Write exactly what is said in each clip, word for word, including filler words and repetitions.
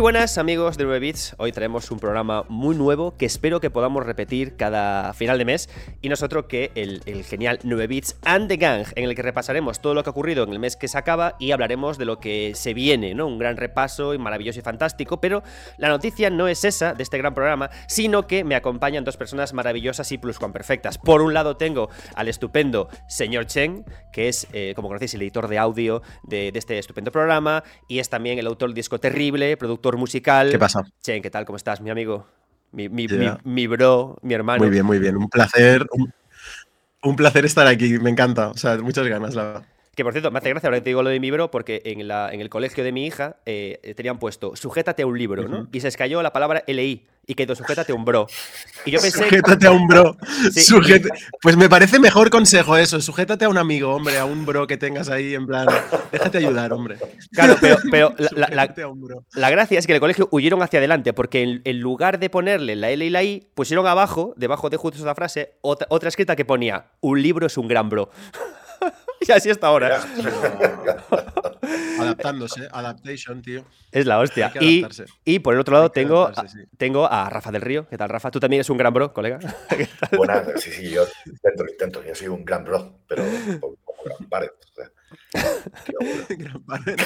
buenas amigos de nueve bits, hoy traemos un programa muy nuevo que espero que podamos repetir cada final de mes y nosotros que el, el genial nueve bits and the Gang, en el que repasaremos todo lo que ha ocurrido en el mes que se acaba y hablaremos de lo que se viene, ¿no? Un gran repaso y maravilloso y fantástico, pero la noticia no es esa de este gran programa, sino que me acompañan dos personas maravillosas y pluscuamperfectas. Por un lado tengo al estupendo señor Chen, que es, eh, como conocéis, el editor de audio de, de este estupendo programa y es también el autor del disco Terrible, productor musical. ¿Qué pasa? Chen, ¿qué tal? ¿Cómo estás, mi amigo? Mi, mi, Yeah. mi, mi bro, mi hermano. Muy bien, muy bien. Un placer. Un, un placer estar aquí. Me encanta. O sea, muchas ganas, la verdad. Que por cierto, me hace gracia ahora que te digo lo de mi bro, porque en, la, en el colegio de mi hija eh, tenían puesto sujétate a un libro, ¿no? Uh-huh. Y se escayó la palabra L I y quedó sujétate a un bro. Y yo pensé. Sujétate a un bro. Sí. Sujete... Pues me parece mejor consejo eso. Sujétate a un amigo, hombre, a un bro que tengas ahí en plan. Déjate ayudar, hombre. Claro, pero, pero la, la, Sujétate a un bro. La gracia es que en el colegio huyeron hacia adelante, porque en, en lugar de ponerle la L y la I, pusieron abajo, debajo de justo esa frase, otra, otra escrita que ponía: un libro es un gran bro. Y así hasta ahora. Adaptándose, adaptation, tío. Es la hostia. Y, y por el otro lado tengo, sí. tengo a Rafa del Río. ¿Qué tal, Rafa? ¿Tú también eres un gran bro, colega? Buenas, sí, sí, yo intento, intento. Yo soy un gran bro, pero como gran pared. O sea, gran pared.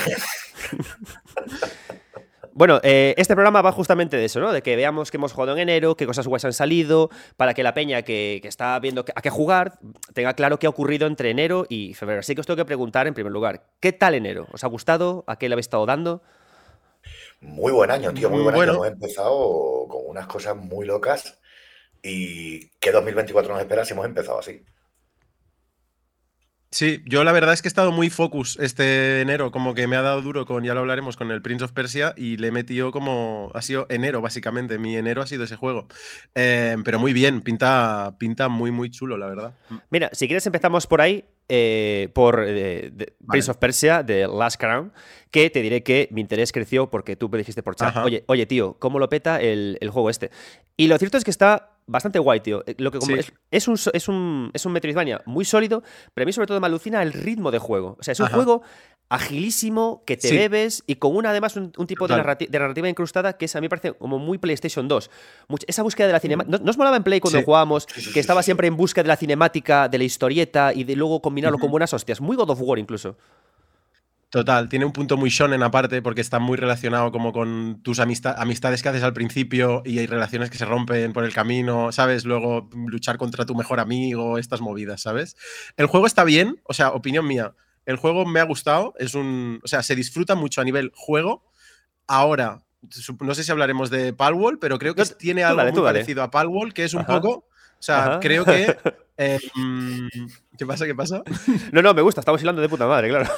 Bueno, eh, este programa va justamente de eso, ¿no? De que veamos qué hemos jugado en enero, qué cosas guays han salido, para que la peña que, que está viendo a qué jugar tenga claro qué ha ocurrido entre enero y febrero. Así que os tengo que preguntar, en primer lugar, ¿qué tal enero? ¿Os ha gustado? ¿A qué le habéis estado dando? Muy buen año, tío, muy buen bueno. año. Hemos empezado con unas cosas muy locas y ¿qué dos mil veinticuatro nos espera si hemos empezado así? Sí, yo la verdad es que he estado muy focus este enero, como que me ha dado duro con, ya lo hablaremos, con el Prince of Persia y le he metido como, ha sido enero básicamente, mi enero ha sido ese juego. Eh, pero muy bien, pinta, pinta muy muy chulo, la verdad. Mira, si quieres empezamos por ahí, eh, por eh, Prince vale. of Persia, de Last Crown, que te diré que mi interés creció porque tú me dijiste por chat, oye, oye tío, ¿cómo lo peta el, el juego este? Y lo cierto es que está bastante guay, tío. Lo que como sí. es, es, un, es, un, es un Metroidvania muy sólido, pero a mí sobre todo me alucina el ritmo de juego. O sea, es un Ajá. juego agilísimo, que te sí. bebes y con una además un, un tipo de, narrati de narrativa incrustada que es, a mí me parece como muy PlayStation dos. Much esa búsqueda de la cinemática. ¿No, ¿No os molaba en Play cuando sí. jugábamos sí, sí, que estaba sí, sí. siempre en busca de la cinemática, de la historieta y de luego combinarlo uh-huh. con buenas hostias? Muy God of War incluso. Total, tiene un punto muy shonen aparte porque está muy relacionado como con tus amistad amistades que haces al principio y hay relaciones que se rompen por el camino, ¿sabes? Luego luchar contra tu mejor amigo, estas movidas, ¿sabes? El juego está bien, o sea, opinión mía, el juego me ha gustado, es un, o sea, se disfruta mucho a nivel juego. Ahora, no sé si hablaremos de Palworld, pero creo que no, tiene algo dale, muy dale. parecido a Palworld, que es un Ajá. poco, o sea, Ajá. creo que... Eh, ¿Qué pasa? ¿Qué pasa? No, no, me gusta, estamos hilando de puta madre, claro.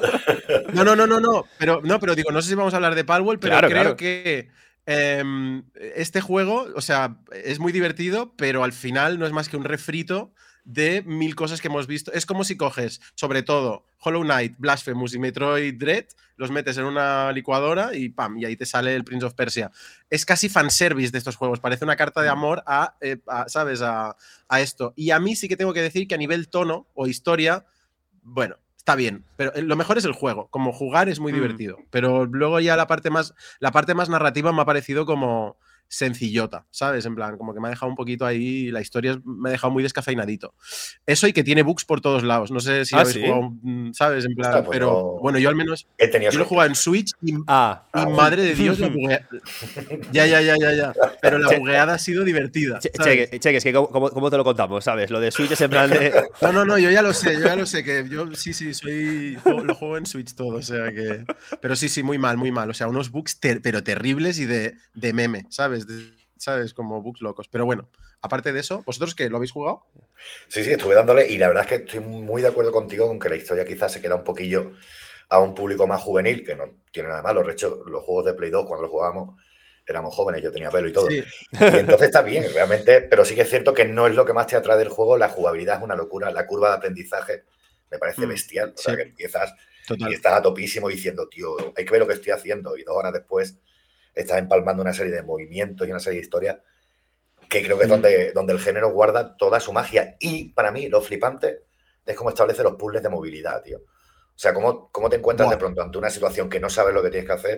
No, no, no, no, no, pero, no, pero digo, no sé si vamos a hablar de Palworld, pero claro, creo claro. que eh, este juego, o sea, es muy divertido, pero al final no es más que un refrito de mil cosas que hemos visto. Es como si coges, sobre todo, Hollow Knight, Blasphemous y Metroid Dread, los metes en una licuadora y pam, y ahí te sale el Prince of Persia. Es casi fanservice de estos juegos, parece una carta de amor a, eh, a ¿sabes? A, a esto. Y a mí sí que tengo que decir que a nivel tono o historia, bueno, está bien, pero lo mejor es el juego. Como jugar es muy mm. divertido, pero luego ya la parte más, la parte más narrativa me ha parecido como sencillota, ¿sabes? En plan, como que me ha dejado un poquito ahí, la historia me ha dejado muy descafeinadito. Eso y que tiene bugs por todos lados. No sé si ¿Ah, habéis sí? jugado, ¿sabes? En plan, Está, pues pero no... bueno, yo al menos He tenido yo lo he jugado en Switch y, ah, y ah, madre de Dios, la bugueada. Ya, ya, ya, ya, ya. Pero la bugueada ha sido divertida. Cheque, cheque, es que ¿cómo, ¿cómo te lo contamos? ¿Sabes? Lo de Switch es en plan de. No, no, no, yo ya lo sé, yo ya lo sé, que yo sí, sí, soy. Lo juego en Switch todo, o sea que. Pero sí, sí, muy mal, muy mal. O sea, unos bugs ter pero terribles y de, de meme, ¿sabes? De, ¿sabes? Como bugs locos. Pero bueno, aparte de eso, ¿vosotros qué? ¿Lo habéis jugado? Sí, sí, estuve dándole y la verdad es que estoy muy de acuerdo contigo con que la historia quizás se queda un poquillo a un público más juvenil, que no tiene nada malo. De hecho, los juegos de Play dos, cuando los jugábamos, éramos jóvenes, yo tenía pelo y todo. Sí. Y entonces está bien, realmente, pero sí que es cierto que no es lo que más te atrae del juego. La jugabilidad es una locura, la curva de aprendizaje me parece mm, bestial. O sea, sí. que empiezas Total. y estás a topísimo diciendo, tío, hay que ver lo que estoy haciendo. Y dos horas después estás empalmando una serie de movimientos y una serie de historias que creo que es donde, donde el género guarda toda su magia. Y para mí, lo flipante es cómo establece los puzzles de movilidad, tío. O sea, cómo, cómo te encuentras wow. de pronto ante una situación que no sabes lo que tienes que hacer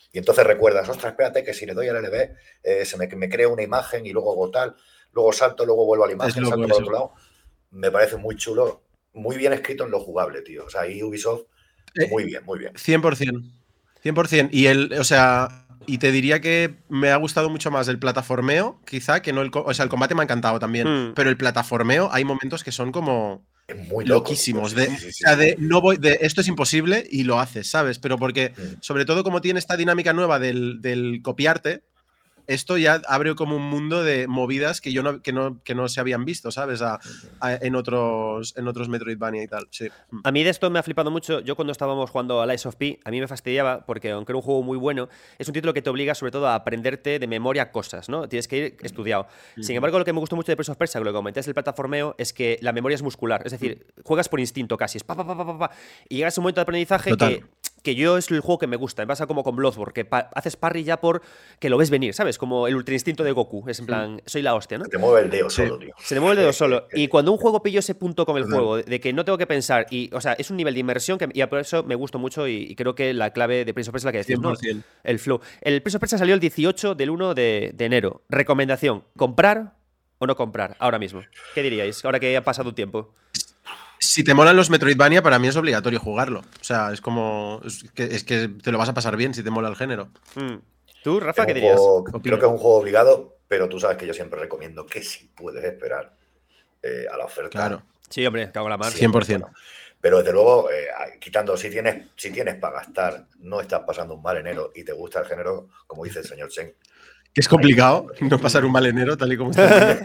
Y entonces recuerdas, ostras, espérate que si le doy al L B eh, se me, me crea una imagen y luego hago tal, luego salto, luego vuelvo a la imagen, salto para otro lado. Me parece muy chulo, muy bien escrito en lo jugable, tío. O sea, ahí Ubisoft, muy bien, muy bien. cien por ciento. cien por ciento. Y el, o sea, y te diría que me ha gustado mucho más el plataformeo, quizá, que no el. O sea, el combate me ha encantado también. Mm. Pero el plataformeo, hay momentos que son como. Es muy loquísimos. De, sí, sí, sí, o sea, de, no voy, de esto es imposible y lo haces, ¿sabes? Pero porque, mm. sobre todo, como tiene esta dinámica nueva del, del copiarte. Esto ya abre como un mundo de movidas que yo no, que no, que no se habían visto, ¿sabes? A, a, en, otros, en otros Metroidvania y tal. Sí. A mí de esto me ha flipado mucho. Yo cuando estábamos jugando a Lies of P, a mí me fastidiaba porque aunque era un juego muy bueno, es un título que te obliga sobre todo a aprenderte de memoria cosas, ¿no? Tienes que ir estudiado. Mm. Sin embargo, lo que me gustó mucho de Prince of Persia, que lo que comenté es el plataformeo, es que la memoria es muscular. Es decir, mm. juegas por instinto casi. Es pa, pa, pa, pa, pa, y llegas a un momento de aprendizaje Total. que... que yo es el juego que me gusta, me pasa como con Bloodborne, que pa- haces parry ya por que lo ves venir, ¿sabes? Como el ultra instinto de Goku, es en plan, soy la hostia, ¿no? Se te mueve el dedo sí. solo, tío. Se te mueve el dedo solo. Y cuando un juego pillo ese punto con el juego, de que no tengo que pensar, y, o sea, es un nivel de inmersión que y por eso me gustó mucho y, y creo que la clave de Prince of Persia es la que decís, ¿no? El flow. El Prince of Persia salió el dieciocho del uno de, de enero. Recomendación, ¿comprar o no comprar ahora mismo? ¿Qué diríais, ahora que ha pasado un tiempo? Si te molan los Metroidvania, para mí es obligatorio jugarlo. O sea, es como. Es que, es que te lo vas a pasar bien si te mola el género. Mm. ¿Tú, Rafa, qué dirías? Juego, creo que es un juego obligado, pero tú sabes que yo siempre recomiendo que si puedes esperar eh, a la oferta. Claro. Sí, hombre, cago en la mar. cien por ciento. Bueno. Pero desde luego, eh, quitando, si tienes, si tienes para gastar, no estás pasando un mal enero y te gusta el género, como dice el señor Chen. Que es complicado no pasar un mal enero tal y como está.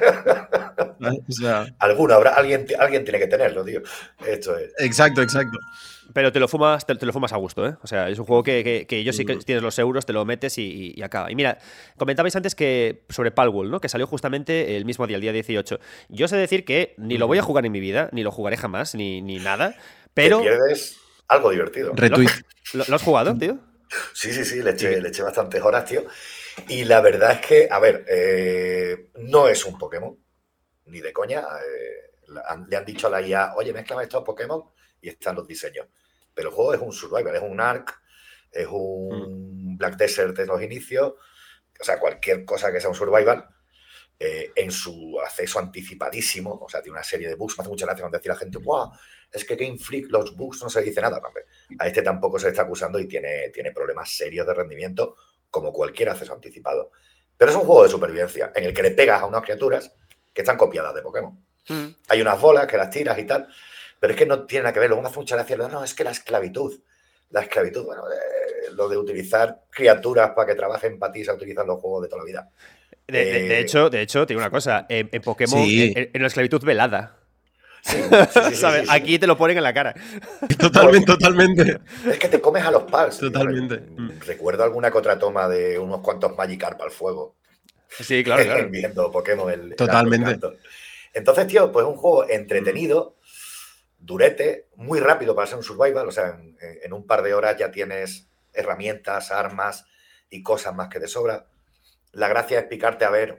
O sea, alguno habrá, alguien, alguien tiene que tenerlo, tío. Esto es. Exacto, exacto. Pero te lo fumas, te, te lo fumas a gusto, ¿eh? O sea, es un juego que, que, que yo sí que tienes los euros, te lo metes y, y, y acaba. Y mira, comentabais antes que sobre Palworld, ¿no? Que salió justamente el mismo día, el día dieciocho. Yo sé decir que ni lo voy a jugar en mi vida, ni lo jugaré jamás, ni, ni nada. Pero. Te pierdes algo divertido. Retweet. ¿Lo, lo, ¿Lo has jugado, tío? Sí, sí, sí, le eché, sí. le eché bastantes horas, tío. Y la verdad es que, a ver, eh, no es un Pokémon, ni de coña. Eh, le han dicho a la I A, oye, mezclame estos Pokémon y están los diseños. Pero el juego es un survival, es un Ark, es un mm. Black Desert en los inicios, o sea, cualquier cosa que sea un survival, eh, en su acceso anticipadísimo, o sea, tiene una serie de bugs. Me hace mucha gracia cuando decía la gente, ¡guau! Es que Game Freak, los bugs no se dice nada. Hombre. A este tampoco se le está acusando y tiene, tiene problemas serios de rendimiento, como cualquier acceso anticipado. Pero es un juego de supervivencia en el que le pegas a unas criaturas que están copiadas de Pokémon. Mm. Hay unas bolas que las tiras y tal, pero es que no tiene nada que ver. Luego me hace mucha gracia, no, es que la esclavitud, la esclavitud, bueno, eh, lo de utilizar criaturas para que trabajen para ti se utilizan los juegos de toda la vida. De, eh, de, de hecho, de hecho, te digo una cosa, en, en Pokémon, sí. en, en la esclavitud velada. Sí, sí, sí, sí, ¿sabes? Sí, sí. Aquí te lo ponen en la cara. Totalmente, totalmente. Es que te comes a los pals. Totalmente. Tío. Recuerdo alguna que otra toma de unos cuantos Magikarp al fuego. Sí, claro, claro. Viendo Pokémon. El, Totalmente. El Entonces, tío, pues un juego entretenido, durete, muy rápido para ser un survival. O sea, en, en un par de horas ya tienes herramientas, armas y cosas más que de sobra. La gracia es picarte a ver,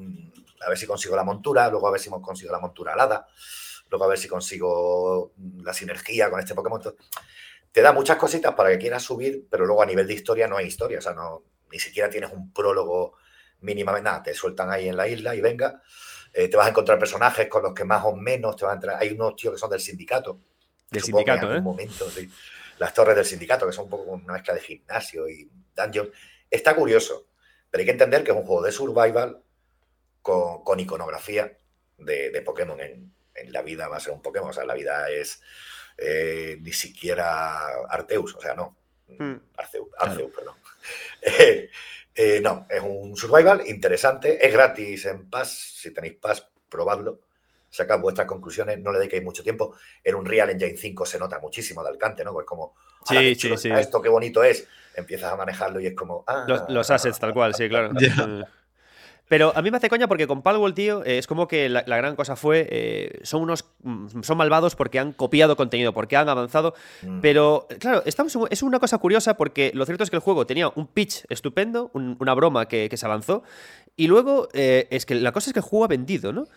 a ver si consigo la montura, luego a ver si consigo la montura alada. Luego a ver si consigo la sinergia con este Pokémon. Te da muchas cositas para que quieras subir, pero luego a nivel de historia no hay historia. O sea, no, ni siquiera tienes un prólogo mínimamente. Nada, te sueltan ahí en la isla y venga. Eh, te vas a encontrar personajes con los que más o menos te van a entrar. Hay unos tíos que son del sindicato. Del sindicato, en ¿eh? Un momento, sí. Las torres del sindicato, que son un poco una mezcla de gimnasio y dungeon. Está curioso, pero hay que entender que es un juego de survival con, con iconografía de, de Pokémon en... En la vida va a ser un Pokémon, o sea, la vida es eh, ni siquiera Arceus, o sea, no. Hmm. Arceus, Arceus, claro. Perdón. Eh, eh, no, es un survival interesante, es gratis en Pass, si tenéis Pass, probadlo, sacad vuestras conclusiones, no le dediquéis mucho tiempo. En un Real Engine cinco se nota muchísimo de Alcante, ¿no? Pues como, sí, sí, sí. esto qué bonito es, empiezas a manejarlo y es como... Ah, los, los assets, tal cual, sí, claro. Yeah. Pero a mí me hace coña porque con Palworld, tío, eh, es como que la, la gran cosa fue, eh, son unos, son malvados porque han copiado contenido, porque han avanzado, mm. pero claro, estamos, es una cosa curiosa porque lo cierto es que el juego tenía un pitch estupendo, un, una broma que, que se avanzó, y luego eh, es que la cosa es que el juego ha vendido, ¿no?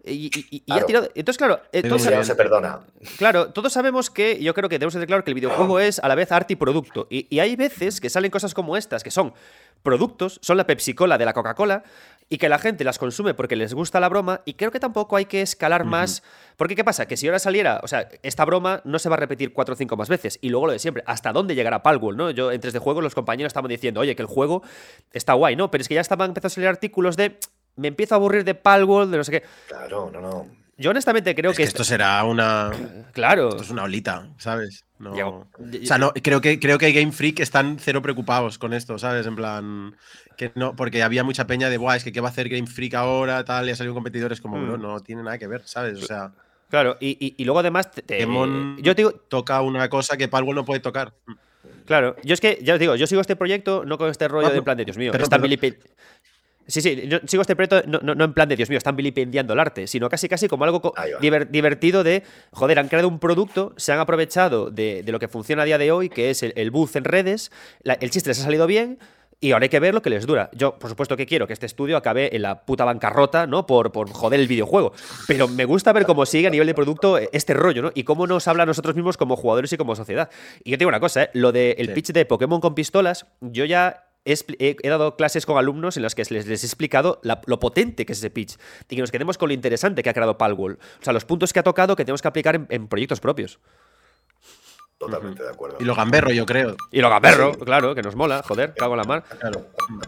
Y, y, y claro. ha tirado. Entonces, claro. Entonces, no se perdona. Claro, todos sabemos que. Yo creo que tenemos que tener claro que el videojuego es a la vez arte y producto. Y, y hay veces que salen cosas como estas, que son productos, son la Pepsi-Cola de la Coca-Cola, y que la gente las consume porque les gusta la broma, y creo que tampoco hay que escalar uh-huh. más. Porque, ¿qué pasa? Que si ahora saliera, o sea, esta broma no se va a repetir cuatro o cinco más veces, y luego lo de siempre, ¿hasta dónde llegará Palworld, no? Yo, en tres D Juegos, los compañeros estaban diciendo, oye, que el juego está guay, ¿no? Pero es que ya estaban empezando a salir artículos de, me empiezo a aburrir de Palworld, de no sé qué. Claro, no, no. Yo honestamente creo es que, que esto será una. Claro. Esto es una olita, ¿sabes? No. Ya, o sea, no, creo que creo que Game Freak están cero preocupados con esto, ¿sabes? En plan. Que no, porque había mucha peña de, buah, es que qué va a hacer Game Freak ahora, tal, y ha salido competidores como, mm. bro, no tiene nada que ver, ¿sabes? O sea. Claro, y, y, y luego además. Te, te, yo te digo. Toca una cosa que Palworld no puede tocar. Claro, yo es que, ya os digo, yo sigo este proyecto no con este rollo no, de en plan de Dios mío. Perdón, están perdón. Milipe... Sí, sí, yo sigo este proyecto no, no, no en plan de Dios mío, están vilipendiando el arte, sino casi casi como algo diver, divertido de, joder, han creado un producto, se han aprovechado de, de lo que funciona a día de hoy, que es el, el buzz en redes, la, el chiste les ha salido bien. Y ahora hay que ver lo que les dura. Yo, por supuesto que quiero que este estudio acabe en la puta bancarrota, ¿no? Por, por joder el videojuego. Pero me gusta ver cómo sigue a nivel de producto este rollo, ¿no? Y cómo nos habla a nosotros mismos como jugadores y como sociedad. Y yo te digo una cosa, ¿eh? Lo del sí. pitch de Pokémon con pistolas, yo ya he, he, he dado clases con alumnos en las que les, les he explicado la, lo potente que es ese pitch. Y que nos quedemos con lo interesante que ha creado Palworld. O sea, los puntos que ha tocado que tenemos que aplicar en, en proyectos propios. Totalmente de acuerdo. Y lo gamberro, yo creo. Y lo gamberro, sí. Claro, que nos mola, joder, cago en la mar. Claro.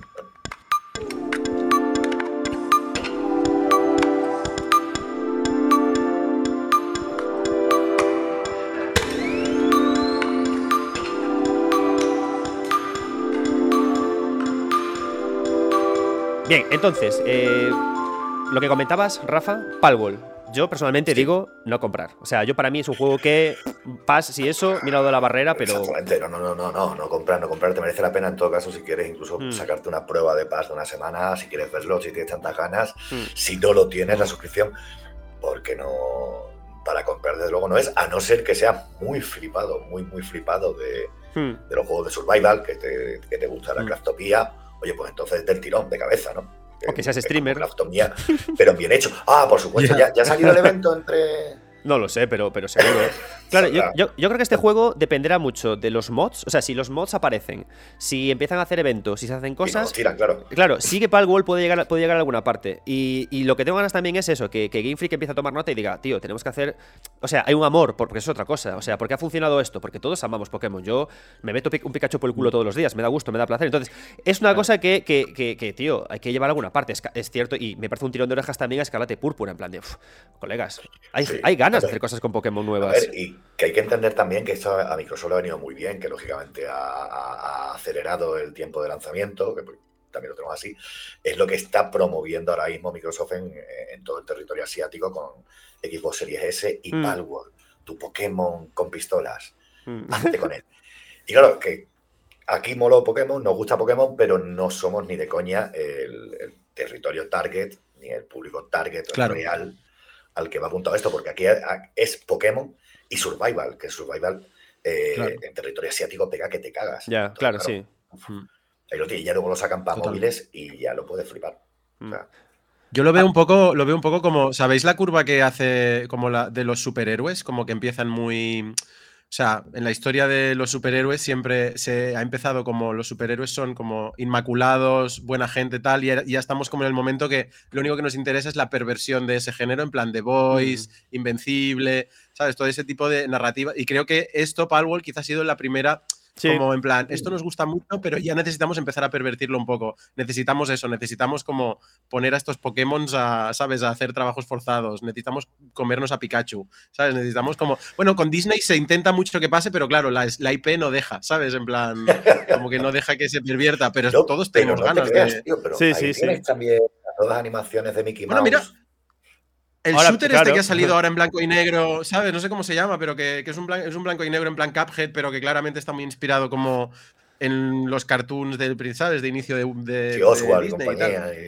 Bien, entonces, eh, lo que comentabas, Rafa, Palworld. Yo personalmente sí. digo no comprar. O sea, yo para mí es un juego que pas, si eso, mira lo de la barrera, pero. Exactamente, no, no, no, no, no, no comprar, no comprar, te merece la pena en todo caso si quieres incluso mm. sacarte una prueba de pas de una semana, si quieres verlo, si tienes tantas ganas. Mm. Si no lo tienes, la suscripción, porque no. Para comprar, desde luego no es, a no ser que sea muy flipado, muy, muy flipado de, mm. de los juegos de survival, que te, que te gusta la mm. craftopía. Oye, pues entonces del tirón, de cabeza, ¿no? O que seas streamer. Craftomía, pero bien hecho. Ah, por supuesto, ya, ya ha salido el evento entre... No lo sé, pero, pero seguro. Claro, yo, yo, yo creo que este juego dependerá mucho de los mods. O sea, si los mods aparecen, si empiezan a hacer eventos, si se hacen cosas. Y tiran, claro. Claro, sí que Palworld puede llegar, puede llegar a alguna parte. Y, y lo que tengo ganas también es eso: que, que Game Freak empiece a tomar nota y diga, tío, tenemos que hacer. O sea, hay un amor, porque es otra cosa. O sea, ¿por qué ha funcionado esto? Porque todos amamos Pokémon. Yo me meto un Pikachu por el culo todos los días, me da gusto, me da placer. Entonces, es una cosa que, que, que, que tío, hay que llevar a alguna parte. Es, es cierto, y me parece un tirón de orejas también a Escarlate Púrpura, en plan de, uff, colegas, hay, sí, hay ganas de hacer cosas con Pokémon nuevas. A ver, y que hay que entender también que esto a Microsoft le ha venido muy bien, que lógicamente ha, ha, ha acelerado el tiempo de lanzamiento, que también lo tenemos así, es lo que está promoviendo ahora mismo Microsoft en, en todo el territorio asiático con equipos Series S y mm. Palworld, tu Pokémon con pistolas, mm. hazte con él. Y claro, que aquí moló Pokémon, nos gusta Pokémon, pero no somos ni de coña el, el territorio target, ni el público target claro. real al que va apuntado esto, porque aquí es Pokémon y Survival, que Survival eh, claro. en territorio asiático pega que te cagas. Ya, Entonces, claro, claro, sí. Ahí lo tienes, ya luego lo sacan para Total. móviles y ya lo puedes flipar. Mm. O sea, yo lo veo un poco, lo veo un poco como, ¿sabéis la curva que hace como la de los superhéroes? Como que empiezan muy... O sea, en la historia de los superhéroes siempre se ha empezado como los superhéroes son como inmaculados, buena gente, tal, y ya, ya estamos como en el momento que lo único que nos interesa es la perversión de ese género, en plan The Boys, mm. Invencible, ¿sabes? Todo ese tipo de narrativa. Y creo que esto, Palworld, quizá ha sido la primera... Sí. Como en plan, esto nos gusta mucho, pero ya necesitamos empezar a pervertirlo un poco. Necesitamos eso, necesitamos como poner a estos Pokémon a, ¿sabes? A hacer trabajos forzados. Necesitamos comernos a Pikachu, ¿sabes? Necesitamos como... Bueno, con Disney se intenta mucho que pase, pero claro, la, la I P no deja, ¿sabes? En plan, como que no deja que se pervierta, pero no, todos pero tenemos no ganas creas, de... Tío, pero sí, sí, sí. También todas las animaciones de Mickey Mouse. Bueno, mira... El ahora, shooter claro. este que ha salido ahora en blanco y negro, ¿sabes? No sé cómo se llama, pero que, que es, un blanco, es un blanco y negro en plan Cuphead, pero que claramente está muy inspirado como en los cartoons del, ¿sabes? De inicio de, de, sí, Oswald, de Disney compañía, y tal.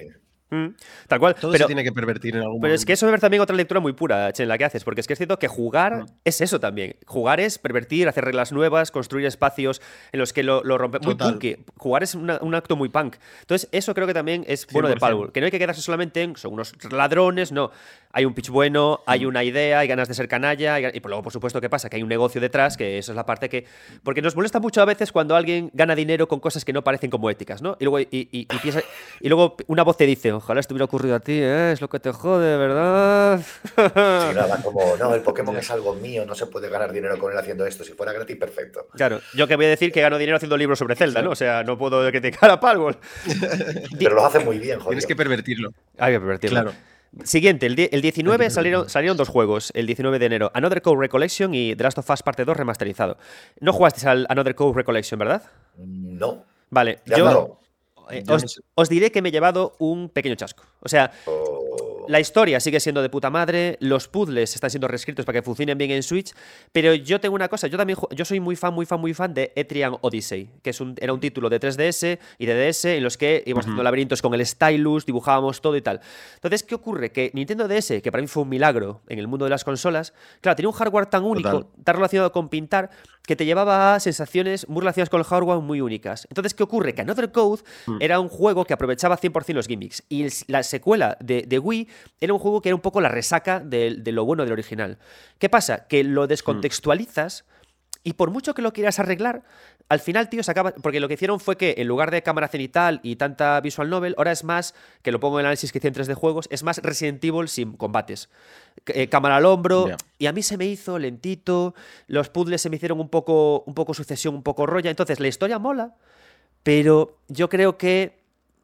Mm, tal cual. Todo pero, se tiene que pervertir en algún Pero momento. es que eso es también otra lectura muy pura, Che, en la que haces, porque es que es cierto que jugar mm. es eso también. Jugar es pervertir, hacer reglas nuevas, construir espacios en los que lo, lo rompe. Muy punky. Jugar es una, un acto muy punk. Entonces, eso creo que también es bueno cien por ciento de Palworld. Que no hay que quedarse solamente en son unos ladrones, no. Hay un pitch bueno, hay una idea, hay ganas de ser canalla, hay, y luego, por supuesto, ¿qué pasa? Que hay un negocio detrás, que eso es la parte que... Porque nos molesta mucho a veces cuando alguien gana dinero con cosas que no parecen como éticas, ¿no? Y luego, y, y, y, piensa, y luego una voz te dice, ojalá esto hubiera ocurrido a ti, ¿eh? Es lo que te jode, ¿verdad? Sí, nada, como, no, el Pokémon es algo mío, no se puede ganar dinero con él haciendo esto. Si fuera gratis, perfecto. Claro, yo que voy a decir que gano dinero haciendo libros sobre Zelda, ¿no? O sea, no puedo criticar a Palworld. Pero lo hace muy bien, joder. Tienes que pervertirlo. Hay que pervertirlo. Claro. Siguiente, el, el diecinueve salieron, salieron dos juegos, el diecinueve de enero, Another Code Recollection y The Last of Us Parte dos remasterizado. No jugasteis al Another Code Recollection, ¿verdad? No. Vale, ya yo, no. eh, os, no sé. os diré que me he llevado un pequeño chasco. O sea... Oh. La historia sigue siendo de puta madre, los puzzles están siendo reescritos para que funcionen bien en Switch, pero yo tengo una cosa, yo también yo soy muy fan, muy fan, muy fan de Etrian Odyssey, que es un, era un título de tres D S y de D S en los que íbamos uh-huh. haciendo laberintos con el stylus, dibujábamos todo y tal. Entonces, ¿qué ocurre? Que Nintendo D S, que para mí fue un milagro en el mundo de las consolas, claro, tenía un hardware tan único, Total. tan relacionado con pintar, que te llevaba a sensaciones muy relacionadas con el hardware muy únicas. Entonces, ¿qué ocurre? Que Another Code uh-huh. era un juego que aprovechaba cien por ciento los gimmicks, y el, la secuela de, de Wii era un juego que era un poco la resaca de, de lo bueno del original. ¿Qué pasa? Que lo descontextualizas y por mucho que lo quieras arreglar, al final, tío, se acaba... Porque lo que hicieron fue que en lugar de cámara cenital y tanta visual novel, ahora es más, que lo pongo en el análisis que hice en tres D Juegos, es más Resident Evil sin combates. Eh, cámara al hombro, yeah. y a mí se me hizo lentito, los puzzles se me hicieron un poco, un poco sucesión, un poco rolla. Entonces, la historia mola, pero yo creo que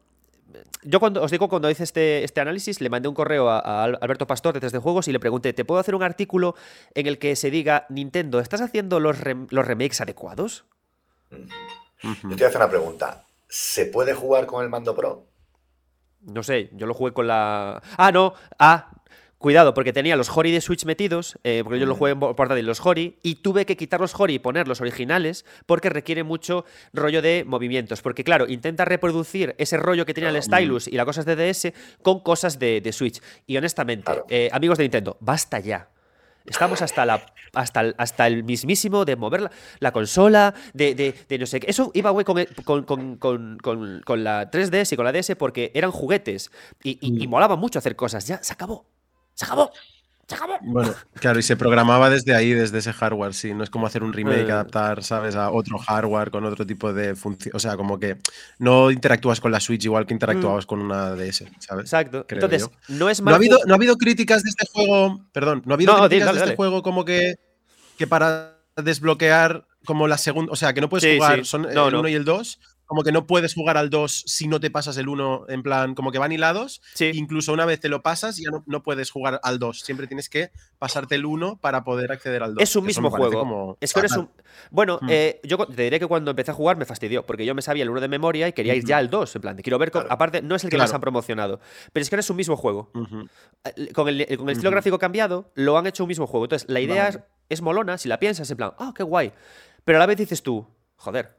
Yo cuando os digo, cuando hice este, este análisis, le mandé un correo a, a Alberto Pastor de tres D Juegos y le pregunté, ¿te puedo hacer un artículo en el que se diga, Nintendo, ¿estás haciendo los, rem los remakes adecuados? Mm. Uh-huh. Yo te voy a hacer una pregunta. ¿Se puede jugar con el mando Pro? No sé, yo lo jugué con la... Ah, no, ah... Cuidado, porque tenía los Hori de Switch metidos, eh, porque yo lo jugué en portátil, los Hori, y tuve que quitar los Hori y poner los originales porque requiere mucho rollo de movimientos. Porque, claro, intenta reproducir ese rollo que tenía el Stylus y las cosas de D S con cosas de, de Switch. Y honestamente, claro. eh, amigos de Nintendo, basta ya. Estamos hasta, la, hasta, el, hasta el mismísimo de mover la, la consola, de, de, de no sé qué. Eso iba, güey, con, con, con, con, con, con la tres D S y con la D S porque eran juguetes y, y, y molaba mucho hacer cosas. Ya, se acabó. ¡Se acabó! ¡Se acabó! Bueno, claro, y se programaba desde ahí, desde ese hardware, sí. No es como hacer un remake, eh. adaptar, ¿sabes? A otro hardware con otro tipo de función. O sea, como que no interactúas con la Switch igual que interactuabas mm. con una D S, ¿sabes? Exacto. Creo Entonces, yo. no es mal. ¿No ha, habido, ¿No ha habido críticas de este juego? Perdón, ¿no ha habido no, críticas dale, de este dale. juego como que, que para desbloquear como la segunda. O sea, que no puedes sí, jugar. Sí. Son no, el no. uno y el dos. Como que no puedes jugar al dos si no te pasas el uno, en plan, como que van hilados. Sí. Incluso una vez te lo pasas, ya no, no puedes jugar al dos. Siempre tienes que pasarte el uno para poder acceder al dos. Es un mismo juego. Es que eres un... Bueno, mm. eh, yo te diré que cuando empecé a jugar me fastidió, porque yo me sabía el uno de memoria y quería ir mm-hmm. ya al dos. En plan, te quiero ver. Con... Claro. Aparte, no es el que claro. más han promocionado, pero es que eres un mismo juego. Mm-hmm. Con el, con el estilo mm-hmm. gráfico cambiado, lo han hecho un mismo juego. Entonces, la idea vale. es molona si la piensas, en plan, ah, oh, qué guay. Pero a la vez dices tú, joder.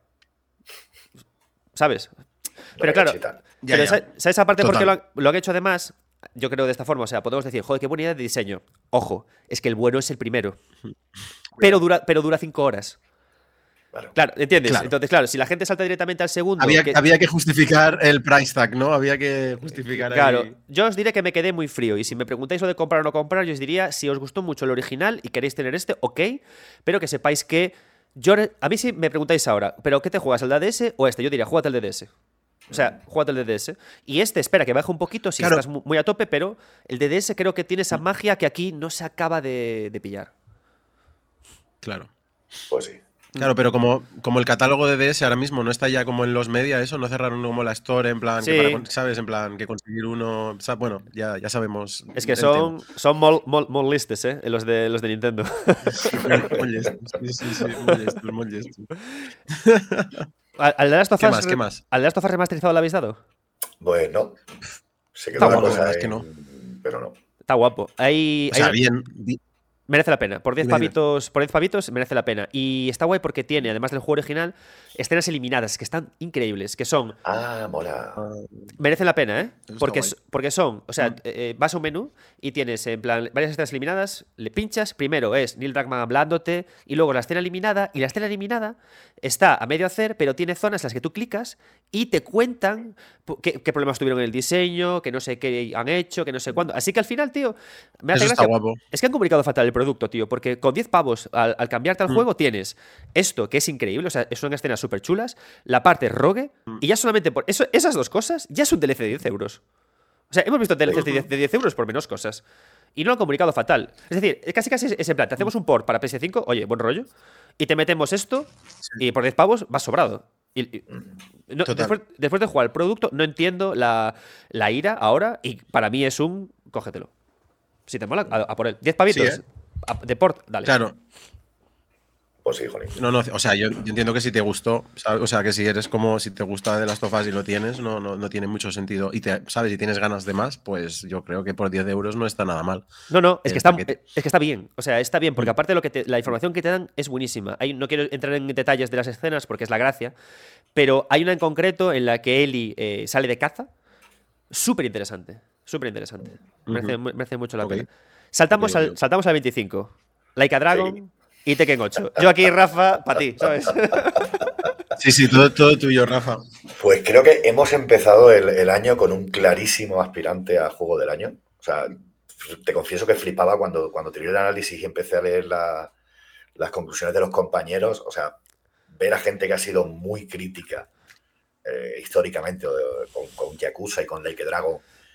¿Sabes? Pero claro, ya, pero ya. ¿sabes aparte por qué lo han, lo han hecho además? Yo creo de esta forma, o sea, podemos decir, joder, qué buena idea de diseño. Ojo, es que el bueno es el primero. Pero dura, pero dura cinco horas. Claro, claro ¿entiendes? Claro. Entonces, claro, si la gente salta directamente al segundo... Había que, había que justificar el price tag, ¿no? Había que justificar Claro, ahí. Yo os diré que me quedé muy frío y si me preguntáis lo de comprar o no comprar, yo os diría, si os gustó mucho el original y queréis tener este, ok, pero que sepáis que yo, a mí sí me preguntáis ahora, ¿pero qué te juegas, el de D S o este? Yo diría, júgate el de D S. O sea, júgate el de D S. Y este, espera, que baje un poquito si claro. estás muy a tope, pero el de D S creo que tiene esa magia que aquí no se acaba de, de pillar. Claro. Pues sí. Claro, pero como, como el catálogo de D S ahora mismo no está ya como en los media, eso, no cerraron como la store, en plan, sí. que para, ¿sabes? En plan, que conseguir uno, o sea, bueno, ya, ya sabemos. Es que son, son molt, molt, molt listes, ¿eh? Los de, los de Nintendo. Sí, sí, sí, muy listos, muy listos. ¿Al, al de Last of Us, ¿Qué más? ¿Qué más? ¿Al de Last of Us remasterizado lo habéis dado? Bueno, se quedó Está la guapo, cosa es en... que no. Pero no. Está guapo. Hay, o sea, hay... bien... Merece la pena. Por diez Dime, dime. pavitos, por diez pavitos merece la pena. Y está guay porque tiene, además del juego original, escenas eliminadas que están increíbles, que son... Ah, mola. Merecen la pena, ¿eh? Eso está Porque, guay. s- porque son, o sea, Mm. eh, vas a un menú y tienes en plan varias escenas eliminadas, le pinchas, primero es Neil Druckmann hablándote y luego la escena eliminada, y la escena eliminada está a medio hacer, pero tiene zonas en las que tú clicas y te cuentan pu- qué, qué problemas tuvieron en el diseño, que no sé qué han hecho, que no sé cuándo. Así que al final, tío, me hace Eso está gracia. guapo. Es que han comunicado fatal el producto, tío, porque con diez pavos al, al cambiarte al Mm. juego tienes esto, que es increíble, o sea, son escenas súper chulas, la parte rogue, Mm. y ya solamente por eso, esas dos cosas ya es un D L C de diez euros. O sea, hemos visto D L Cs de diez, de diez euros por menos cosas. Y no lo han comunicado fatal. Es decir, casi casi es ese plan. Te hacemos un port para P S cinco, oye, buen rollo, y te metemos esto, y por diez pavos vas sobrado. Y- y- no, Total. después, después de jugar el producto, no entiendo la, la ira ahora, y para mí es un cógetelo. Si te mola, a, a por él. diez pavitos. Sí, ¿eh? a- de port, dale. Claro. Pues sí, jolín. No, no, o sea, yo, yo entiendo que si te gustó, ¿sabes? O sea, que si eres como, si te gusta de las tofas y lo tienes, no, no, no tiene mucho sentido. Y te, ¿sabes? Si tienes ganas de más, pues yo creo que por diez euros no está nada mal. No, no, es El que, está, paquete. es que está bien. O sea, está bien, porque Mm. aparte de lo que te- la información que te dan es buenísima. Hay, no quiero entrar en detalles de las escenas porque es la gracia, pero hay una en concreto en la que Ellie eh, sale de caza. Súper interesante. Súper interesante. Merece, Ujú. merece mucho la Ok. pena. Saltamos, Ok, ok, al, ok. saltamos al veinticinco. Like a Dragon y Tekken ocho. Yo aquí, Rafa, para ti, ¿sabes? Sí, sí, todo, todo tuyo, Rafa. Pues creo que hemos empezado el, el año con un clarísimo aspirante a juego del año. O sea, te confieso que flipaba cuando, cuando tiré el análisis y empecé a leer la- las conclusiones de los compañeros. O sea, ver a gente que ha sido muy crítica eh, históricamente o de- con, con Yakuza y con Like a Dragon,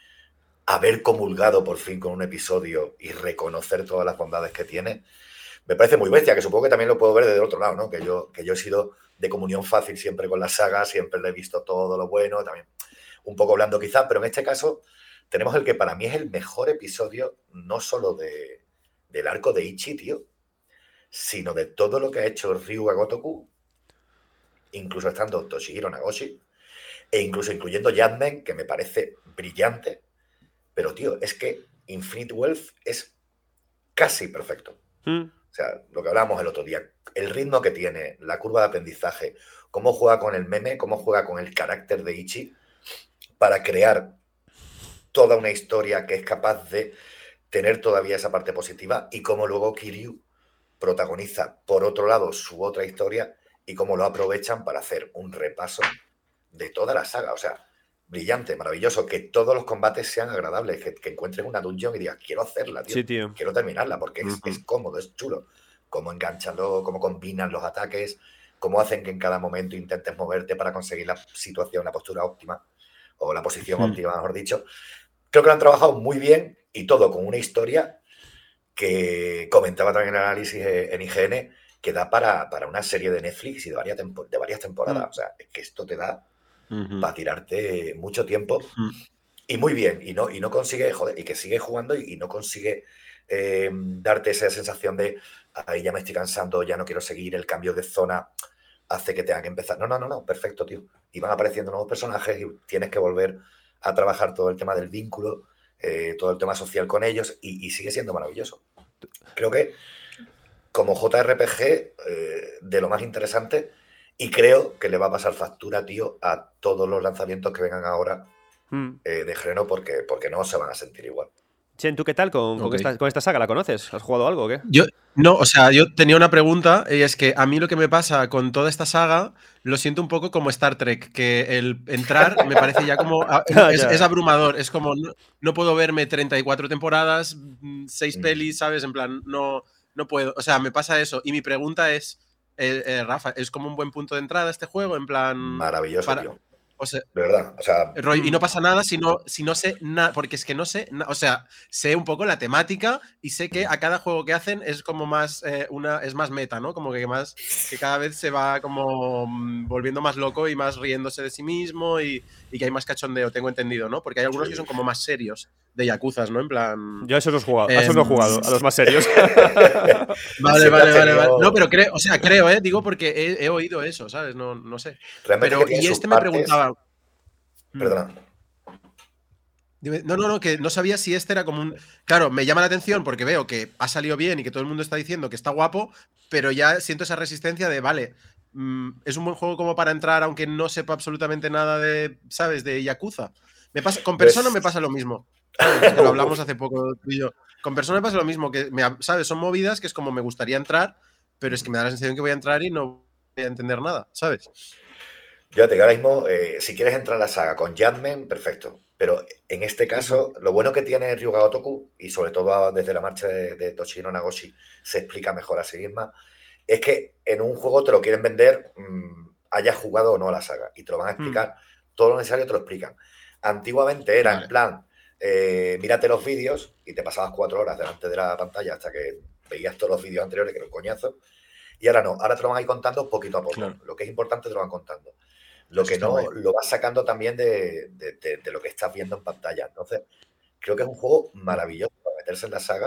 haber comulgado por fin con un episodio y reconocer todas las bondades que tiene, me parece muy bestia, que supongo que también lo puedo ver desde el otro lado, ¿no? Que yo, que yo he sido de comunión fácil siempre con la saga, siempre le he visto todo lo bueno, también un poco blando quizás, pero en este caso tenemos el que para mí es el mejor episodio, no solo de, del arco de Ichi, tío, sino de todo lo que ha hecho Ryuga Gotoku, incluso estando Toshihiro Nagoshi, e incluso incluyendo Judgment, que me parece brillante, pero tío, es que Infinite Wealth es casi perfecto. Mm. O sea, lo que hablábamos el otro día, el ritmo que tiene, la curva de aprendizaje, cómo juega con el meme, cómo juega con el carácter de Ichi para crear toda una historia que es capaz de tener todavía esa parte positiva y cómo luego Kiryu protagoniza, por otro lado, su otra historia y cómo lo aprovechan para hacer un repaso de toda la saga. O sea, brillante, maravilloso, que todos los combates sean agradables, que, que encuentres una dungeon y digas, quiero hacerla, tío. Sí, tío. Quiero terminarla porque es, Ujú. es cómodo, es chulo. Cómo enganchan, luego, cómo combinan los ataques, cómo hacen que en cada momento intentes moverte para conseguir la situación, la postura óptima o la posición Hmm. óptima, mejor dicho. Creo que lo han trabajado muy bien y todo con una historia que comentaba también en el análisis en I G N que da para, para una serie de Netflix y de varias, tempo- de varias temporadas. Mm. O sea, es que esto te da Ujú. para tirarte mucho tiempo Mm. y muy bien. Y no, y no consigue, joder, y que sigue jugando y, y no consigue eh, darte esa sensación de ahí ya me estoy cansando, ya no quiero seguir, el cambio de zona hace que tenga que empezar. No, no, no, no, perfecto, tío. Y van apareciendo nuevos personajes y tienes que volver a trabajar todo el tema del vínculo, eh, todo el tema social con ellos y, y sigue siendo maravilloso. Creo que como J R P G, eh, de lo más interesante, y creo que le va a pasar factura, tío, a todos los lanzamientos que vengan ahora Mm. eh, de Gereno porque, porque no se van a sentir igual. Chen, ¿tú qué tal con, con Ok. esta, con esta saga? ¿La conoces? ¿Has jugado algo o qué? Yo, no, o sea, yo tenía una pregunta y es que a mí lo que me pasa con toda esta saga lo siento un poco como Star Trek, que el entrar me parece ya como… a- Ya, es, ya. es abrumador, es como no, no puedo verme treinta y cuatro temporadas, seis Mm. pelis, ¿sabes? En plan, no, no puedo, o sea, me pasa eso. Y mi pregunta es, eh, eh, Rafa, ¿es como un buen punto de entrada este juego? En plan… Maravilloso, para- tío. O sea, De verdad. O sea, rollo, y no pasa nada si no, si no sé nada, porque es que no sé, na- o sea, sé un poco la temática y sé que a cada juego que hacen es como más, eh, una, es más meta, ¿no? Como que más, que cada vez se va como mm, volviendo más loco y más riéndose de sí mismo y, y que hay más cachondeo, tengo entendido, ¿no? Porque hay algunos Sí. que son como más serios de Yakuzas, ¿no? En plan… Yo a esos no he jugado, a esos no he Em, jugado, a los más serios. Vale, Siempre vale, has vale, vale. tenido- No, pero creo, o sea, creo, ¿eh? Digo porque he, he oído eso, ¿sabes? No, no sé. realmente Pero, que tiene y sus este me partes- preguntaba… Perdona. No, no, no, que no sabía si este era como un... Claro, me llama la atención porque veo que ha salido bien y que todo el mundo está diciendo que está guapo, pero ya siento esa resistencia de, vale, mmm, es un buen juego como para entrar aunque no sepa absolutamente nada de, ¿sabes? De Yakuza. Me pasa, con Persona me pasa lo mismo. ¿Sabes? Que lo hablamos hace poco tú y yo. Con Persona me pasa lo mismo, que, me, ¿sabes? Son movidas que es como me gustaría entrar, pero es que me da la sensación que voy a entrar y no voy a entender nada, ¿sabes? Yo te digo, ahora mismo, eh, si quieres entrar a la saga con Judgment, perfecto. Pero en este caso, uh-huh. lo bueno que tiene Ryuga Gotoku, y sobre todo desde la marcha de, de Toshihiro Nagoshi, se explica mejor a sí misma, es que en un juego te lo quieren vender, mmm, hayas jugado o no a la saga, y te lo van a explicar, uh-huh. todo lo necesario te lo explican. Antiguamente era vale. en plan, eh, mírate los vídeos, y te pasabas cuatro horas delante de la pantalla hasta que veías todos los vídeos anteriores, que era un coñazo, y ahora no, ahora te lo van a ir contando poquito a poco. Claro. Lo que es importante te lo van contando. Lo que no, lo vas sacando también de, de, de, de lo que estás viendo en pantalla. Entonces, creo que es un juego maravilloso para meterse en la saga.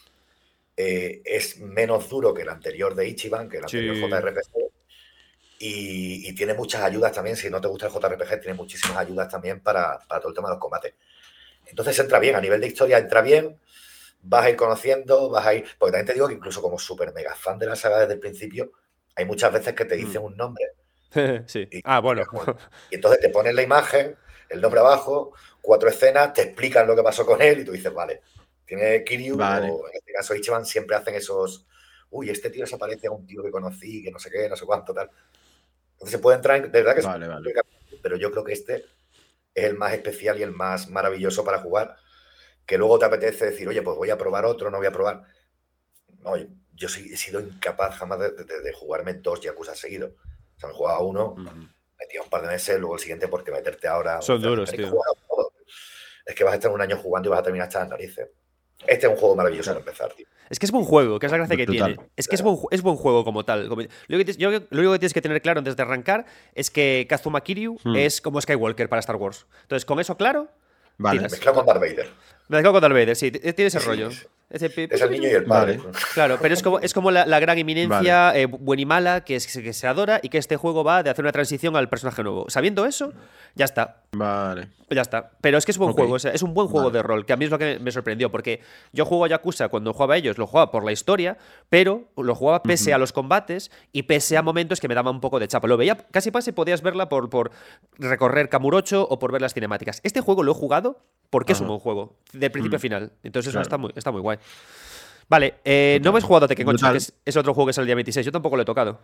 Eh, es menos duro que el anterior de Ichiban, que el anterior sí. J R P G. Y, y tiene muchas ayudas también. Si no te gusta el J R P G, tiene muchísimas ayudas también para, para todo el tema de los combates. Entonces, entra bien. A nivel de historia, entra bien. Vas a ir conociendo, vas a ir... Porque también te digo que incluso como súper mega fan de la saga desde el principio, hay muchas veces que te dicen mm. un nombre... sí. Y, ah, bueno. Y entonces te ponen la imagen, el nombre abajo, cuatro escenas, te explican lo que pasó con él y tú dices, vale, tiene Kiryu, vale. o en este caso Ichiban, siempre hacen esos, uy, este tío se parece a un tío que conocí, que no sé qué, no sé cuánto, tal. Entonces se puede entrar, en, de verdad que vale, es vale. pero yo creo que este es el más especial y el más maravilloso para jugar, que luego te apetece decir, oye, pues voy a probar otro, no voy a probar. No, yo sí, he sido incapaz jamás de, de, de jugarme dos Yakuza seguidos. O sea, me jugaba uno, uh-huh. metía un par de meses, luego el siguiente porque meterte ahora... Son duros, tío. Es que vas a estar un año jugando y vas a terminar hasta las narices. Este es un juego maravilloso claro. para empezar, tío. Es que es buen juego, que es la gracia que Total. tiene. Es que es buen, es buen juego como tal. Lo, que, yo, lo único que tienes que tener claro antes de arrancar es que Kazuma Kiryu hmm. es como Skywalker para Star Wars. Entonces, con eso claro... Vale. Mezclado con Darth Vader. Mezclado con Darth Vader, sí. Tiene ese sí, rollo. Sí. Ese es el niño y el padre. Vale. Claro, pero es como, es como la, la gran eminencia vale. eh, buena y mala que, es, que se adora y que este juego va de hacer una transición al personaje nuevo. Sabiendo eso, ya está. Vale. Ya está. Pero es que es buen okay. juego, o sea, es un buen juego vale. de rol, que a mí es lo que me sorprendió, porque yo juego a Yakuza cuando jugaba a ellos, lo jugaba por la historia, pero lo jugaba pese uh-huh. a los combates y pese a momentos que me daban un poco de chapa. Lo veía casi casi podías verla por, por recorrer Kamurocho o por ver las cinemáticas. Este juego lo he jugado porque uh-huh. es un buen juego, de principio uh-huh. a final. Entonces claro. eso está muy, está muy guay. Vale, eh, no habéis jugado a Tekken ocho, que es, es otro juego que sale el día veintiséis. Yo tampoco lo he tocado.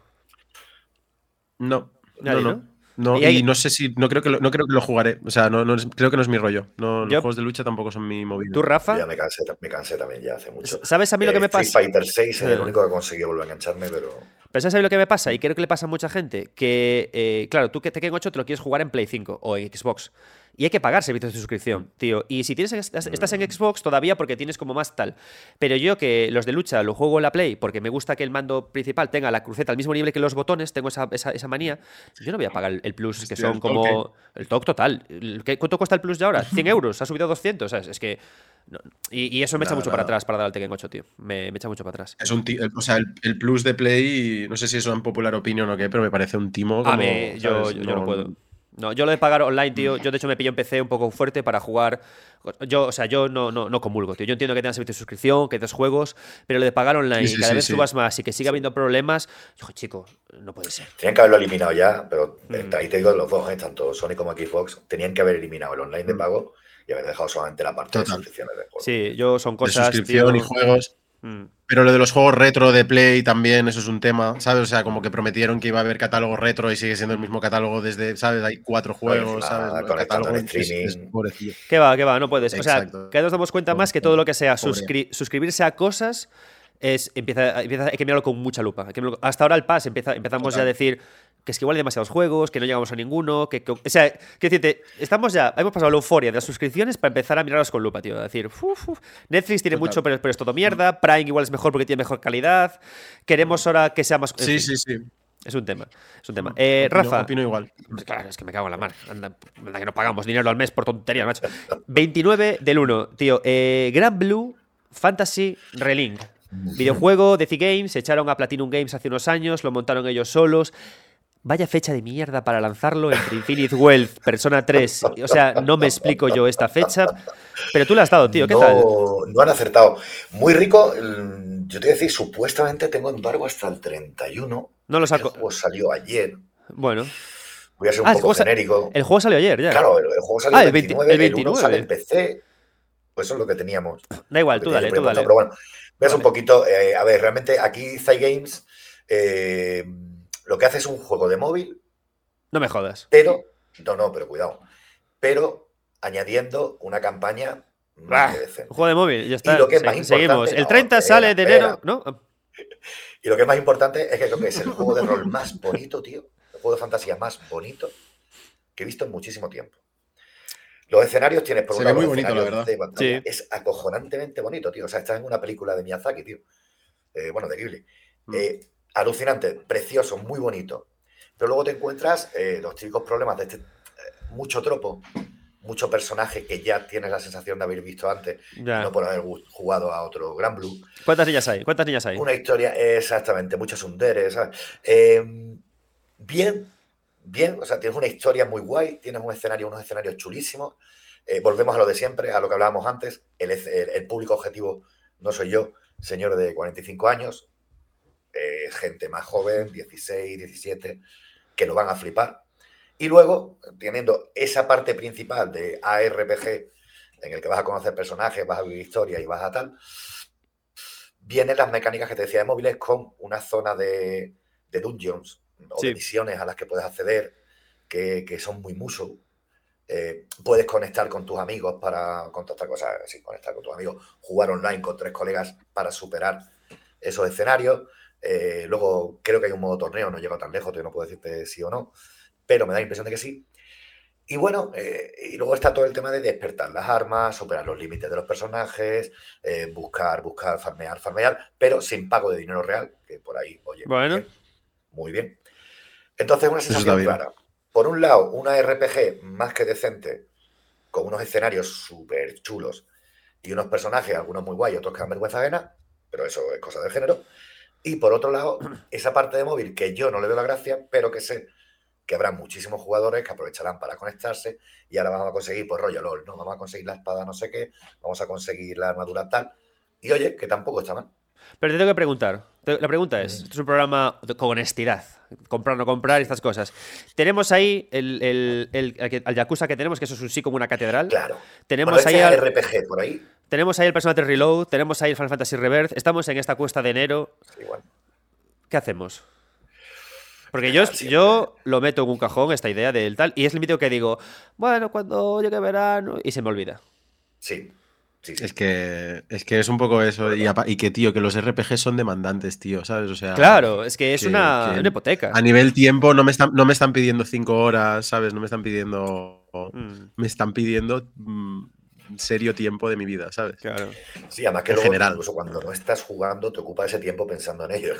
No, Nadie, no, no. no. Y, hay... y no sé si, no creo que lo, no creo que lo jugaré. O sea, no, no creo que no es mi rollo. No, Yo... Los juegos de lucha tampoco son mi movida. ¿Tú, Rafa? Ya me cansé, me cansé también ya hace mucho. ¿Sabes a mí lo que eh, me pasa? Street Fighter seis es el único que conseguí volver a engancharme, pero... Pero ¿sabes lo que me pasa? Y creo que le pasa a mucha gente. Que, eh, claro, tú que Tekken ocho te lo quieres jugar en Play cinco o en Xbox. Y hay que pagar servicios de suscripción, tío. Y si tienes estás en Xbox todavía porque tienes como más tal. Pero yo que los de lucha lo juego en la Play porque me gusta que el mando principal tenga la cruceta al mismo nivel que los botones, tengo esa, esa, esa manía, yo no voy a pagar el Plus, Hostia, que son como... Okay. El T O C total. ¿Cuánto cuesta el Plus de ahora? ¿cien euros? ¿Ha subido a doscientos? ¿Sabes? Es que... No. Y, y eso me nada, echa mucho nada. para atrás para dar al Tekken ocho, tío. Me, me echa mucho para atrás. Es un t- o sea, el, el Plus de Play, no sé si es una popular opinión o qué, pero me parece un timo. Como, a mí, yo, yo, no... yo no puedo. No, yo lo de pagar online, tío, yo de hecho me pillé un P C un poco fuerte para jugar. Yo, o sea, yo no, no, no comulgo, tío. Yo entiendo que tengas servicio de suscripción, que des juegos, pero lo de pagar online sí, sí, y cada sí, vez sí. subas más y que siga habiendo problemas, hijo, chico, no puede ser. Tenían que haberlo eliminado ya, pero mm. ahí te digo los dos, ¿eh? Tanto Sony como Xbox, tenían que haber eliminado el online de pago y haber dejado solamente la parte Total. de suscripciones de juegos. Sí, yo son cosas. De suscripción tío, y juegos. Mm. Pero lo de los juegos retro de Play también, eso es un tema, ¿sabes? O sea, como que prometieron que iba a haber catálogo retro y sigue siendo el mismo catálogo desde, ¿sabes? Hay cuatro juegos, Ay, ¿sabes? El catálogo en streaming. ¿Qué va, qué va? No puedes. Exacto. O sea, que nos damos cuenta más que todo lo que sea suscri- suscribirse a cosas es empieza, empieza, hay que mirarlo con mucha lupa. Hay que mirarlo, hasta ahora el Pass empieza, empezamos Total. ya a decir que es que igual hay demasiados juegos, que no llegamos a ninguno, que, que o sea, que decirte, estamos ya, hemos pasado la euforia de las suscripciones para empezar a mirarlos con lupa, tío. A decir, uf, uf, Netflix tiene Total. mucho, pero, pero es todo mierda. Prime igual es mejor porque tiene mejor calidad. Queremos ahora que sea más. Sí, sí, sí. Es un tema, es un tema. Eh, opino, Rafa. Opino igual. Claro, es que me cago en la mar. Anda, anda que no pagamos dinero al mes por tonterías, macho. veintinueve del uno, tío. Eh, Gran Blue Fantasy Relink. Videojuego de C Games, se echaron a Platinum Games hace unos años, lo montaron ellos solos. vaya fecha de mierda para lanzarlo entre Infinite Wealth, Persona tres. O sea, no me explico yo esta fecha. Pero tú le has dado, tío, ¿qué no, tal? No han acertado. Muy rico. Yo te voy a decir, supuestamente tengo embargo hasta el treinta y uno. No lo saco. El juego salió ayer. Bueno. Voy a ser un ah, poco el genérico. El juego salió ayer, ya. Claro, el, el juego salió ah, el el veintinueve, el veintinueve. El uno sale en P C. Pues eso es lo que teníamos. Da igual, tú dale, tú dale. Pero bueno, ves vale. un poquito. Eh, a ver, realmente aquí Cygames eh, lo que hace es un juego de móvil. No me jodas. Pero, no, no, pero cuidado. Pero añadiendo una campaña más ah, que decente. Un juego de móvil, ya está. Y lo que es Se, más importante, seguimos. El no, treinta espera, sale de enero, ¿no? Y lo que es más importante es que creo que es el juego de rol más bonito, tío. El juego de fantasía más bonito que he visto en muchísimo tiempo. Los escenarios tienes por Se un ve lado muy los bonito, escenarios la verdad. de pantalla. Sí. Es acojonantemente bonito, tío. O sea, estás en una película de Miyazaki, tío. Eh, bueno, de Ghibli. Mm. Eh, alucinante, precioso, muy bonito. Pero luego te encuentras eh, los típicos problemas de este, eh, mucho tropo, mucho personaje que ya tienes la sensación de haber visto antes, ya. no por haber jugado a otro Gran Blue. ¿Cuántas niñas hay? ¿Cuántas niñas hay? Una historia, exactamente, muchos underes, ¿sabes? Eh, bien, bien, o sea, tienes una historia muy guay, tienes un escenario, unos escenarios chulísimos. Eh, volvemos a lo de siempre, a lo que hablábamos antes. El, el, el público objetivo no soy yo, señor de cuarenta y cinco años, eh, gente más joven, dieciséis, diecisiete, que lo van a flipar. Y luego, teniendo esa parte principal de A R P G, en el que vas a conocer personajes, vas a vivir historia y vas a tal, vienen las mecánicas que te decía de móviles con una zona de, de dungeons o sí. de misiones a las que puedes acceder, que, que son muy muso. Eh, puedes conectar con tus amigos para contactar cosas, sí, conectar con tus amigos, jugar online con tres colegas para superar esos escenarios. Eh, luego creo que hay un modo torneo, no llego tan lejos, yo no puedo decirte sí o no, pero me da la impresión de que sí. Y bueno, eh, y luego está todo el tema de despertar las armas, superar los límites de los personajes, eh, buscar, buscar, farmear, farmear, pero sin pago de dinero real, que por ahí, oye, bueno. bien, muy bien. Entonces, una sensación clara. Por un lado, una R P G más que decente, con unos escenarios súper chulos y unos personajes, algunos muy guay, otros que dan vergüenza ajena, pero eso es cosa del género. Y por otro lado, esa parte de móvil que yo no le veo la gracia, pero que sé que habrá muchísimos jugadores que aprovecharán para conectarse y ahora vamos a conseguir, pues rollo LOL, ¿no? Vamos a conseguir la espada no sé qué, vamos a conseguir la armadura tal. Y oye, que tampoco está mal. Pero te tengo que preguntar. La pregunta es, esto es un programa con honestidad, comprar, no comprar y estas cosas. Tenemos ahí el, el, el, el, el Yakuza que tenemos, que eso es un sí como una catedral. Claro. Tenemos bueno, ahí al, R P G por ahí. Tenemos ahí el Persona tres Reload, tenemos ahí el Final Fantasy Rebirth, estamos en esta cuesta de enero. Sí, bueno. ¿Qué hacemos? Porque yo, yo lo meto en un cajón, esta idea del tal, y es el mito que digo, bueno, cuando llegue verano, y se me olvida. Sí. Sí, sí. Es que es que es un poco eso. Y, y que, tío, que los R P G son demandantes, tío, ¿sabes? O sea. Claro, es que es que, una, que una hipoteca. A nivel tiempo no me están, no me están pidiendo cinco horas, ¿sabes? No me están pidiendo. Mm. Me están pidiendo mm, serio tiempo de mi vida, ¿sabes? Claro. Sí, además que en luego, general. Incluso cuando no estás jugando, te ocupa ese tiempo pensando en ello.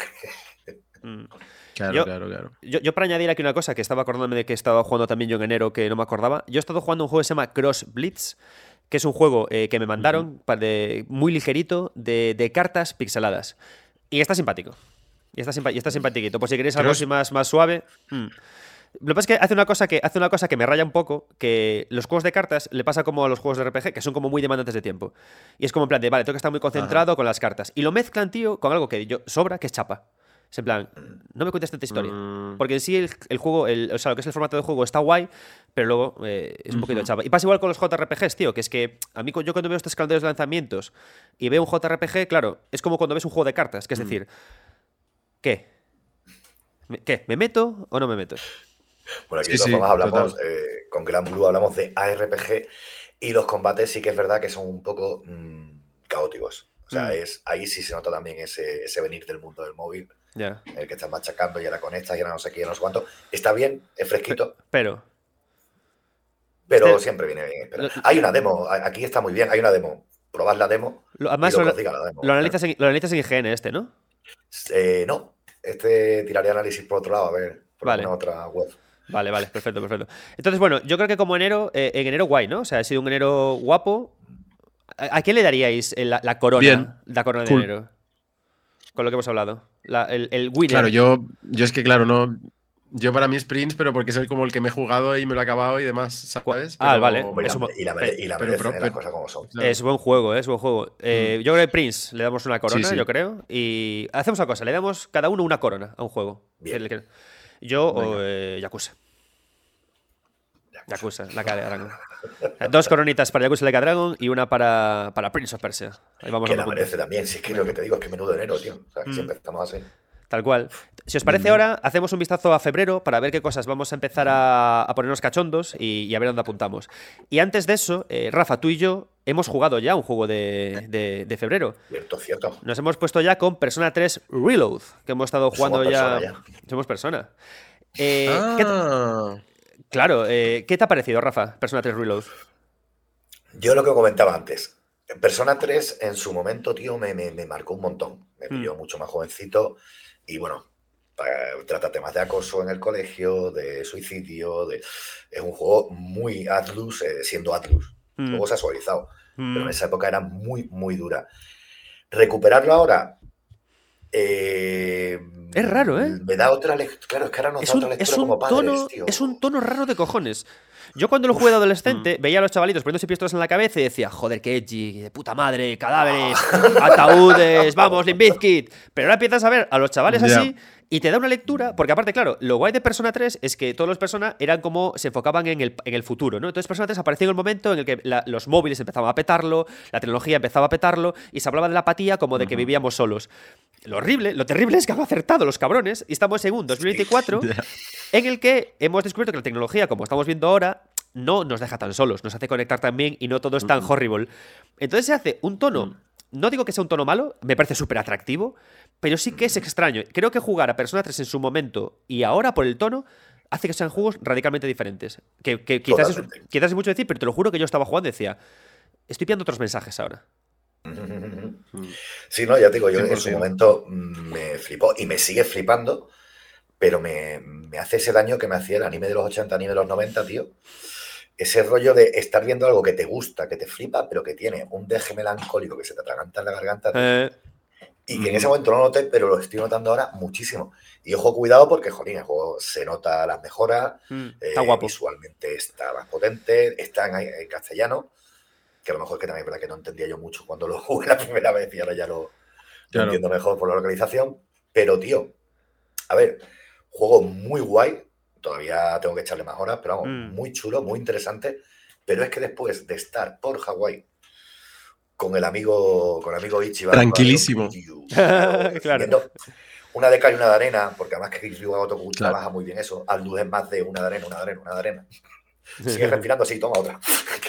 mm. Claro, yo, claro, claro. Yo, yo para añadir aquí una cosa que estaba acordándome de que estaba jugando también yo en enero, que no me acordaba. Yo he estado jugando un juego que se llama Cross Blitz, que es un juego eh, que me mandaron uh-huh. de, muy ligerito de, de cartas pixeladas. Y está simpático. Y está, simpa- y está simpatiquito. Por si queréis algo así más, más suave. Mm. Lo que pasa es que hace una cosa que hace una cosa que me raya un poco, que los juegos de cartas le pasa como a los juegos de R P G, que son como muy demandantes de tiempo. Y es como en plan de, vale, tengo que estar muy concentrado uh-huh. con las cartas. Y lo mezclan, tío, con algo que yo sobra, que es chapa. Es en plan, no me cuentes tanta historia. Mm. Porque en sí el, el juego, el, o sea, lo que es el formato de juego está guay, pero luego eh, es un poquito uh-huh. chapa. Y pasa igual con los J R P Gs, tío, que es que a mí yo cuando veo estos calendarios de lanzamientos y veo un J R P G, claro, es como cuando ves un juego de cartas, que es mm. decir, ¿qué? ¿Qué? ¿Me meto o no me meto? Bueno, aquí sí, sí, sí, hablamos, eh, con Gran Blue hablamos de A R P G y los combates sí que es verdad que son un poco mmm, caóticos. O sea, mm. es, ahí sí se nota también ese, ese venir del mundo del móvil. Yeah. El que estás machacando y ahora conectas y ahora no sé qué, no sé cuánto. Está bien, es fresquito. Pero. Pero este... siempre viene bien. Lo... Hay una demo, aquí está muy bien, hay una demo. Probad la demo. Lo, además, y lo, lo, diga la demo, lo, analizas en, lo analizas en I G N este, ¿no? Eh, no. Este tiraría análisis por otro lado, a ver, por vale. alguna otra web. Vale, vale, perfecto, perfecto. Entonces, bueno, yo creo que como enero, eh, en enero guay, ¿no? O sea, ha sido un enero guapo. ¿A, a quién le daríais la, la corona? Bien. La corona cool. de enero. Con lo que hemos hablado. La, el, el winner. Claro, yo, yo es que, claro, no. Yo para mí es Prince, pero porque es el, como el que me he jugado y me lo he acabado y demás, ¿sabes? Ah, pero, vale. Y la, Es un, y la, y la pero, merecen pero, las cosas como son. Claro. es buen juego, ¿eh? Es buen juego. Eh, Mm. Yo creo que Prince le damos una corona, Sí, sí. yo creo. Y hacemos una cosa, le damos cada uno una corona a un juego. Bien. El que- Yo o Venga. eh, Yakuza. Yakuza, la cara de Dragon. Dos coronitas para Yakuza Like a Dragon y una para, para Prince of Persia. Ahí vamos Que a la punto. merece también. Si es que lo que te digo es que menudo enero, tío. O sea, que Mm. siempre estamos así. Tal cual. Si os parece, ahora hacemos un vistazo a febrero para ver qué cosas vamos a empezar a, a ponernos cachondos y, y a ver dónde apuntamos. Y antes de eso, eh, Rafa, tú y yo hemos jugado ya un juego de, de, de febrero. Cierto, cierto. Nos hemos puesto ya con Persona tres Reload, que hemos estado jugando Somos ya... persona ya. Somos persona. Eh, Ah, ¿qué te- Claro, eh, ¿qué te ha parecido, Rafa, Persona tres Reload? Yo lo que comentaba antes. Persona tres en su momento, tío, me, me, me marcó un montón. Me pilló Mm. mucho más jovencito y bueno, eh, trata temas de acoso en el colegio, de suicidio, de... es un juego muy Atlus, eh, siendo Atlus. Mm. Luego se ha suavizado, pero en Mm. esa época era muy, muy dura. Recuperarlo ahora... eh, Es raro, ¿eh? Me da otra lectura. Claro, es que ahora nos Es da un, otra es lectura un como padres, tono, tío. es un tono raro de cojones. Yo cuando lo jugué de adolescente veía a los chavalitos poniéndose pistolas en la cabeza y decía, joder, qué edgy, de puta madre, cadáveres, ataúdes, vamos, Limp Bizkit. Pero ahora empiezas a ver a los chavales Ya. así y te da una lectura, porque aparte, claro, lo guay de Persona tres es que todos los Persona eran como, se enfocaban en el, en el futuro, ¿no? Entonces Persona tres apareció en el momento en el que la- los móviles empezaban a petarlo, la tecnología empezaba a petarlo y se hablaba de la apatía como de que vivíamos solos. Lo horrible, lo terrible es que han acertado los cabrones y estamos en un dos mil veinticuatro en el que hemos descubierto que la tecnología, como estamos viendo ahora, no nos deja tan solos, nos hace conectar también y no todo es tan horrible. Entonces se hace un tono, no digo que sea un tono malo, me parece súper atractivo, pero sí que es extraño. Creo que jugar a Persona tres en su momento y ahora por el tono hace que sean juegos radicalmente diferentes. Que, que quizás, es, Totalmente. quizás es mucho decir, pero te lo juro que yo estaba jugando y decía, estoy pillando otros mensajes ahora. Sí, no, ya te digo, yo en cien por su ciento. momento mm, me flipó y me sigue flipando, pero me, me hace ese daño que me hacía el anime de los ochenta, anime de los noventa, tío. Ese rollo de estar viendo algo que te gusta, que te flipa, pero que tiene un deje melancólico que se te atraganta en la garganta, tío. Eh, Y que en ese momento no lo noté, pero lo estoy notando ahora muchísimo. Y ojo, cuidado, porque, jolín, el juego se nota las mejoras, mm, eh, está guapo. visualmente está más potente, está en, en castellano, que a lo mejor es que también es verdad que no entendía yo mucho cuando lo jugué la primera vez y ahora ya lo, lo Claro. entiendo mejor por la localización. Pero, tío, a ver, juego muy guay, todavía tengo que echarle más horas, pero vamos, Mm. muy chulo, muy interesante. Pero es que después de estar por Hawái con el amigo, con el amigo Ichiban, Tranquilísimo. Claro. claro. Una de cal y una de arena, porque además que Ryuga Gotoku Claro. trabaja muy bien eso. Aldud es más de una de arena, una de arena, una de arena. Sigue respirando, sí, toma otra.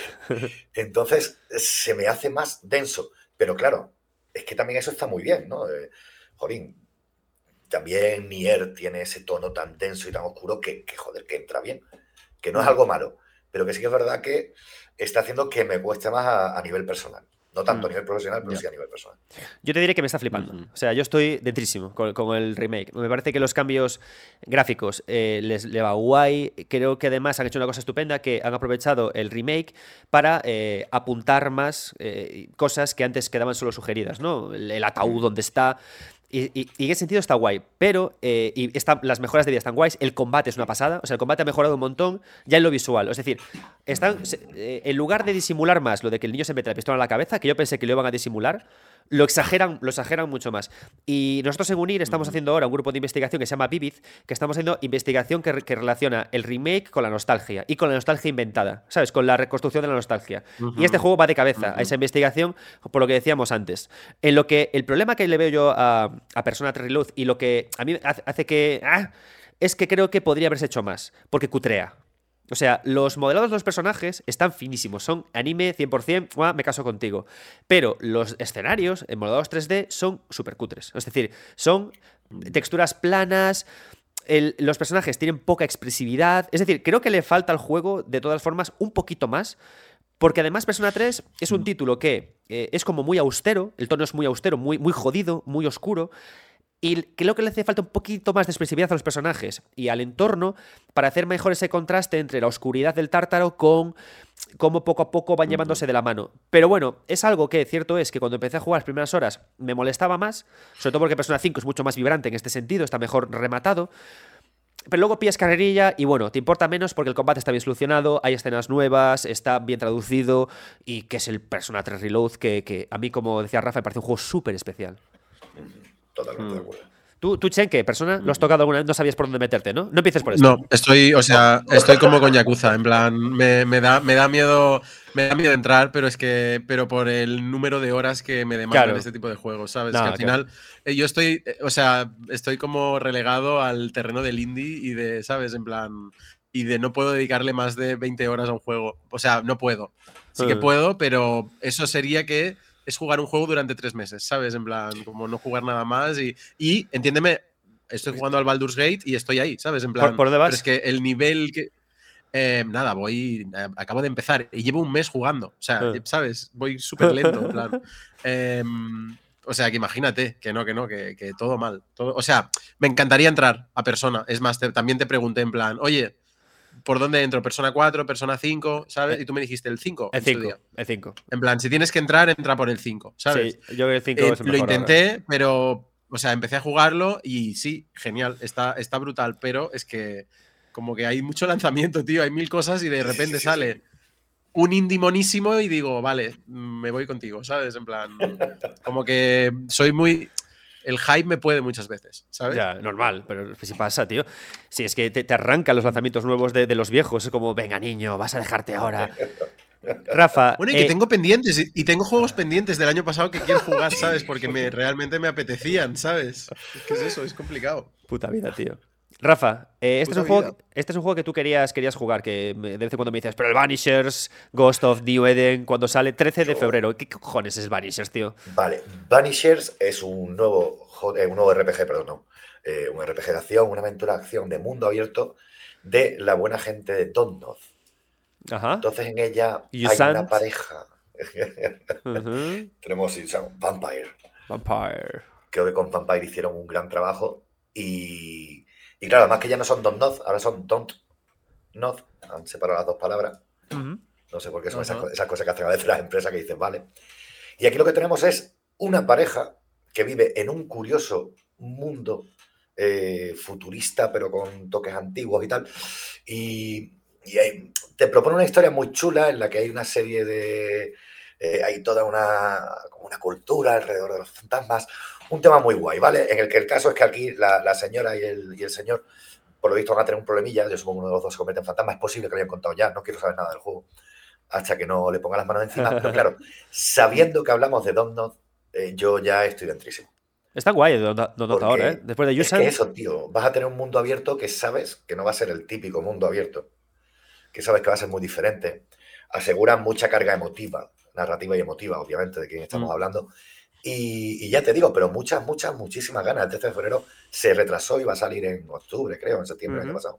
Entonces se me hace más denso. Pero claro, es que también eso está muy bien, ¿no? Eh, jolín, también Nier tiene ese tono tan denso y tan oscuro que, que, joder, que entra bien. Que no es algo malo, pero que sí que es verdad que está haciendo que me cueste más a, a nivel personal. No tanto a nivel profesional, pero Ya. sí a nivel personal. Yo te diré que me está flipando. Ujú. O sea, yo estoy dentrísimo con, con el remake. Me parece que los cambios gráficos eh, les le va guay. Creo que además han hecho una cosa estupenda, que han aprovechado el remake para eh, apuntar más eh, cosas que antes quedaban solo sugeridas, ¿no? El, el ataúd donde está. Y, y- y en ese sentido está guay, pero eh, y está- las mejoras de vida están guays, el combate es una pasada, o sea, el combate ha mejorado un montón ya en lo visual, es decir, están, se- eh, en lugar de disimular más lo de que el niño se mete la pistola en la cabeza, que yo pensé que lo iban a disimular, lo exageran, lo exageran mucho más. Y nosotros en Unir estamos haciendo ahora un grupo de investigación que se llama Vivid, que estamos haciendo investigación que, re- que relaciona el remake con la nostalgia y con la nostalgia inventada, ¿sabes? Con la reconstrucción de la nostalgia. Y este juego va de cabeza a esa investigación, por lo que decíamos antes. En lo que el problema que le veo yo a, a Persona tres Reload y lo que a mí hace, hace que... ah, es que creo que podría haberse hecho más, porque cutrea. O sea, los modelados de los personajes están finísimos, son anime cien por cien, ¡mua! Me caso contigo. Pero los escenarios en modelados tres D son súper cutres. Es decir, son texturas planas, el- los personajes tienen poca expresividad. Es decir, creo que le falta al juego, de todas formas, un poquito más. Porque además Persona tres es un título que eh, es como muy austero, el tono es muy austero, muy, muy jodido, muy oscuro. Y creo que le hace falta un poquito más de expresividad a los personajes y al entorno para hacer mejor ese contraste entre la oscuridad del tártaro con cómo poco a poco van llevándose de la mano. Pero bueno, es algo que cierto es que cuando empecé a jugar las primeras horas me molestaba más, sobre todo porque Persona cinco es mucho más vibrante en este sentido, está mejor rematado. pero luego pillas carrerilla y bueno, te importa menos porque el combate está bien solucionado, hay escenas nuevas, está bien traducido y que es el Persona tres Reload que, que a mí, como decía Rafa, me parece un juego súper especial. Totalmente mm. de acuerdo. ¿Tú, tú, Chen, qué? ¿Persona? ¿Lo has tocado alguna vez? No sabías por dónde meterte, ¿no? No empieces por esto. No, estoy, o sea, estoy como con Yakuza, en plan, me, me, da, me da miedo me da miedo entrar, pero es que, pero por el número de horas que me demandan claro. este tipo de juegos, ¿sabes? No, que al final, claro. eh, yo estoy, eh, o sea, estoy como relegado al terreno del indie y de, ¿sabes? En plan, y de no puedo dedicarle más de veinte horas a un juego. O sea, no puedo. Sí uh. que puedo, pero eso sería que es jugar un juego durante tres meses, ¿sabes? En plan, como no jugar nada más y, y entiéndeme, estoy jugando al Baldur's Gate y estoy ahí, ¿sabes? En plan, ¿Por, por dónde vas? Pero es que el nivel que… Eh, nada, voy… Eh, acabo de empezar y llevo un mes jugando. O sea, uh. ¿sabes? Voy súper lento, en plan… Eh, o sea, que imagínate, que no, que no, que, que todo mal. Todo, o sea, me encantaría entrar a Persona. Es más, te, también te pregunté en plan, oye, ¿por dónde entro? ¿Persona cuatro, Persona cinco? ¿Sabes? Y tú me dijiste el cinco. El cinco, el cinco. En plan, si tienes que entrar, entra por el cinco, ¿sabes? Sí, yo el cinco eh, es el Lo mejor intenté, ahora. pero… O sea, empecé a jugarlo y sí, genial, está, está brutal, pero es que como que hay mucho lanzamiento, tío, hay mil cosas y de repente sale un indie monísimo y digo, vale, me voy contigo, ¿sabes? En plan, como que soy muy… El hype me puede muchas veces, ¿sabes? Ya, normal, pero si pasa, tío. Si es que te, te arrancan los lanzamientos nuevos de, de los viejos, es como, venga, niño, vas a dejarte ahora. Rafa. Bueno, y que eh, tengo pendientes, y tengo juegos pendientes del año pasado que quiero jugar, ¿sabes? Porque me, realmente me apetecían, ¿sabes? ¿Qué es eso? Es complicado. Puta vida, tío. Rafa, eh, este, es un juego, este es un juego que tú querías, querías jugar, que de vez en cuando me dices, pero el Vanishers, Ghost of New Eden, cuando sale trece de febrero. ¿Qué cojones es Vanishers, tío? Vale, Vanishers es un nuevo, eh, un nuevo R P G, perdón, no. Eh, un R P G de acción, una aventura de acción de mundo abierto de la buena gente de Dontnod. Ajá. Entonces en ella You hay sant? una pareja. Uh-huh. Tenemos Vampire. Vampire. Creo que con Vampire hicieron un gran trabajo y, y claro, además que ya no son Dontnod, ahora son Dontnod, han separado las dos palabras. Uh-huh. No sé por qué son uh-huh. esas, esas cosas que hacen a veces las empresas que dicen, vale. Y aquí lo que tenemos es una pareja que vive en un curioso mundo eh, futurista, pero con toques antiguos y tal. Y, y hay, te propone una historia muy chula en la que hay una serie de… Eh, hay toda una, como una cultura alrededor de los fantasmas. Un tema muy guay, ¿vale? En el que el caso es que aquí la, la señora y el, y el señor, por lo visto, van a tener un problemilla. Yo supongo que uno de los dos se convierte en fantasma. Es posible que lo hayan contado ya. No quiero saber nada del juego hasta que no le ponga las manos encima. Pero claro, sabiendo que hablamos de Dontnod, eh, yo ya estoy dentrísimo. Está guay Dontnod ahora, ¿eh? Después de es que eso, tío. Vas a tener un mundo abierto que sabes que no va a ser el típico mundo abierto. Que sabes que va a ser muy diferente. Aseguran mucha carga emotiva, narrativa y emotiva, obviamente, de quién estamos mm. hablando. Y, y ya te digo, pero muchas, muchas, muchísimas ganas. El trece de febrero se retrasó y va a salir en octubre, creo, en septiembre del uh-huh. año pasado.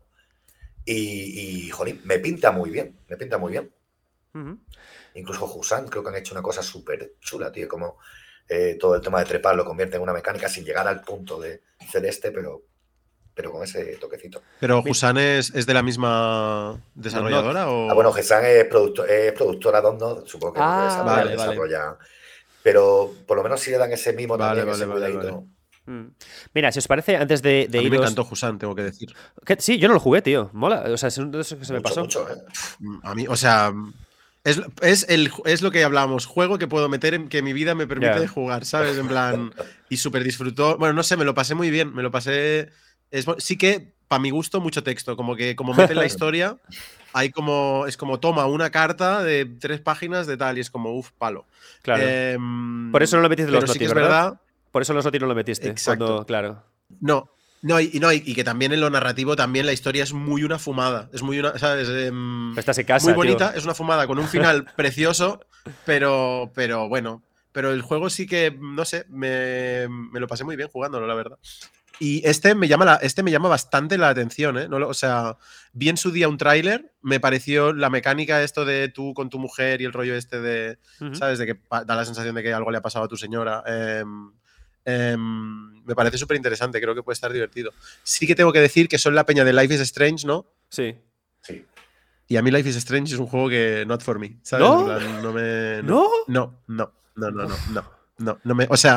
Y, y, jolín, me pinta muy bien, me pinta muy bien. Uh-huh. Incluso Husan creo que han hecho una cosa súper chula, tío, como eh, todo el tema de trepar lo convierte en una mecánica sin llegar al punto de Celeste, pero, pero con ese toquecito. ¿Pero Husan es, es de la misma desarrolladora? No, no. O… Ah, bueno, Husan es, productor, es productora Dontnod, supongo que ah, desarrolla, vale, desarrolla. Vale. Pero por lo menos sí le dan ese mimo vale, también, vale, ese vale, cuidadito. Vale. Mm. Mira, si os parece, antes de, de a mí iros… me encantó Husan, tengo que decir. ¿Qué? Sí, yo no lo jugué, tío. Mola. O sea, es uno de esos que se mucho, me pasó. Mucho, ¿eh? A mí, o sea… Es, es, el, es lo que hablábamos, juego que puedo meter en que mi vida me permite yeah. jugar, ¿sabes? En plan, y súper disfrutó. Bueno, no sé, me lo pasé muy bien, me lo pasé… Es, sí que, para mi gusto, mucho texto, como que como mete en la historia, hay como, es como toma una carta de tres páginas de tal y es como, uff, palo. Claro. Eh, Por eso no lo metiste en los sí notis, ¿verdad? ¿verdad? Por eso en los notis no lo metiste. Exacto. Cuando, claro. No. No, y, no y, y que también en lo narrativo también la historia es muy una fumada. Es muy una, ¿sabes? Eh, estás en casa, muy bonita, tío. Es una fumada con un final precioso, pero, pero bueno. Pero el juego sí que, no sé, me, me lo pasé muy bien jugándolo, la verdad. Y este me llama, la, este me llama bastante la atención, ¿eh? No lo, o sea, vi en su día un tráiler, me pareció la mecánica esto de tú con tu mujer y el rollo este de, uh-huh. ¿sabes? De que da la sensación de que algo le ha pasado a tu señora. Eh, eh, me parece súper interesante, creo que puede estar divertido. Sí que tengo que decir que son la peña de Life is Strange, ¿no? Sí. Sí. Y a mí Life is Strange es un juego que not for me, ¿sabes? ¿No? En plan, no me… ¿No? No, no, no, no, no, no, no, no me… O sea…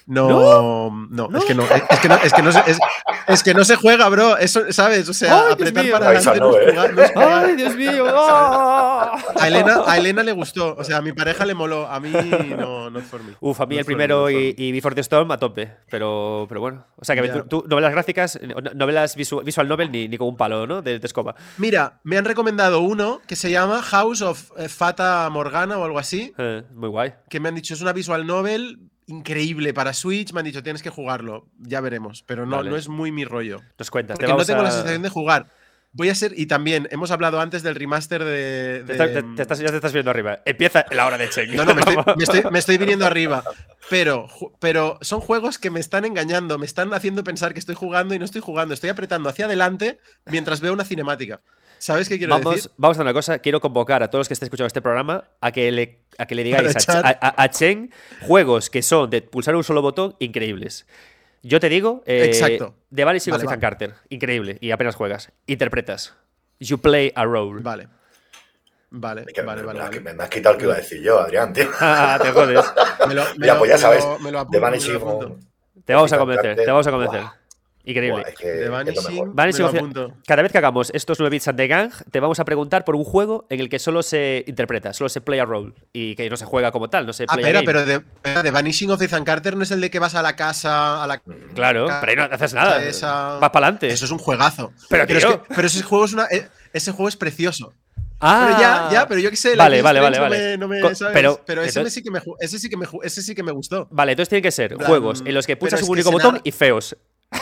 No, no, no, no, es que no, es que no, es que no, se, es, es que no se juega, bro. Eso, ¿sabes? O sea, Ay, apretar Dios para mío. adelante no, no, es jugar, no es jugar. Ay, Dios mío. Oh. A Elena, a Elena le gustó, o sea, a mi pareja le moló, a mí no, no es por mí. Uf, a mí no el primero me, y, y Before the Storm a tope, pero, pero bueno. O sea, que tú, tú novelas gráficas, novelas visual, visual novel ni, ni con un palo, ¿no? De, de escoba. Mira, me han recomendado uno que se llama House of Fata Morgana o algo así. Eh, muy guay. Que me han dicho, es una visual novel increíble para Switch, me han dicho, tienes que jugarlo, ya veremos, pero no, vale. no es muy mi rollo. Nos cuentas, porque te vamos no tengo a... la sensación de jugar. Voy a ser, y también hemos hablado antes del remaster de. de te, te, te estás, ya te estás viendo arriba. Empieza la hora de Cheng. No, no, me estoy, me, estoy, me estoy viniendo arriba. Pero, pero son juegos que me están engañando, me están haciendo pensar que estoy jugando y no estoy jugando. Estoy apretando hacia adelante mientras veo una cinemática. ¿Sabes qué quiero vamos, decir? Vamos a hacer una cosa. Quiero convocar a todos los que estén escuchando este programa a que le, a que le digáis a, a, a Cheng juegos que son de pulsar un solo botón increíbles. Yo te digo, eh, Exacto. The Vanishing vale, of Ethan vale. Carter. Increíble. Y apenas juegas. Interpretas. You play a role. Vale. Vale, es que vale, me, vale, me, vale. Me, me has quitado el que iba a decir yo, Adrián, tío. Ah, te jodes. Me lo, me Mira, lo, pues ya sabes. Me lo, me lo apunto, The Vanishing me lo apunto. Te vamos a convencer, te vamos a convencer. Wow. Increíble. Wow, es que The es Vanishing, Vanishing me lo apunto. Cada vez que hagamos estos nueve bits and the gang, te vamos a preguntar por un juego en el que solo se interpreta, solo se play a role y que no se juega como tal, no se Ah, play espera, a game. pero The Vanishing of Ethan Carter no es el de que vas a la casa, a la Claro, casa, pero ahí no haces nada. Esa... Vas para adelante. Eso es un juegazo. Pero, pero, tío. es que, pero ese juego es una, ese juego es precioso. Ah, pero ya, ya, pero yo qué sé. Vale, vale, vale, vale. No me, Co no me, ¿sabes? pero, pero ese, entonces, sí que me, ese, sí que me, ese sí que me gustó. Vale, entonces tienen que ser plan, juegos en los que pulsas un único es que botón nada... y feos.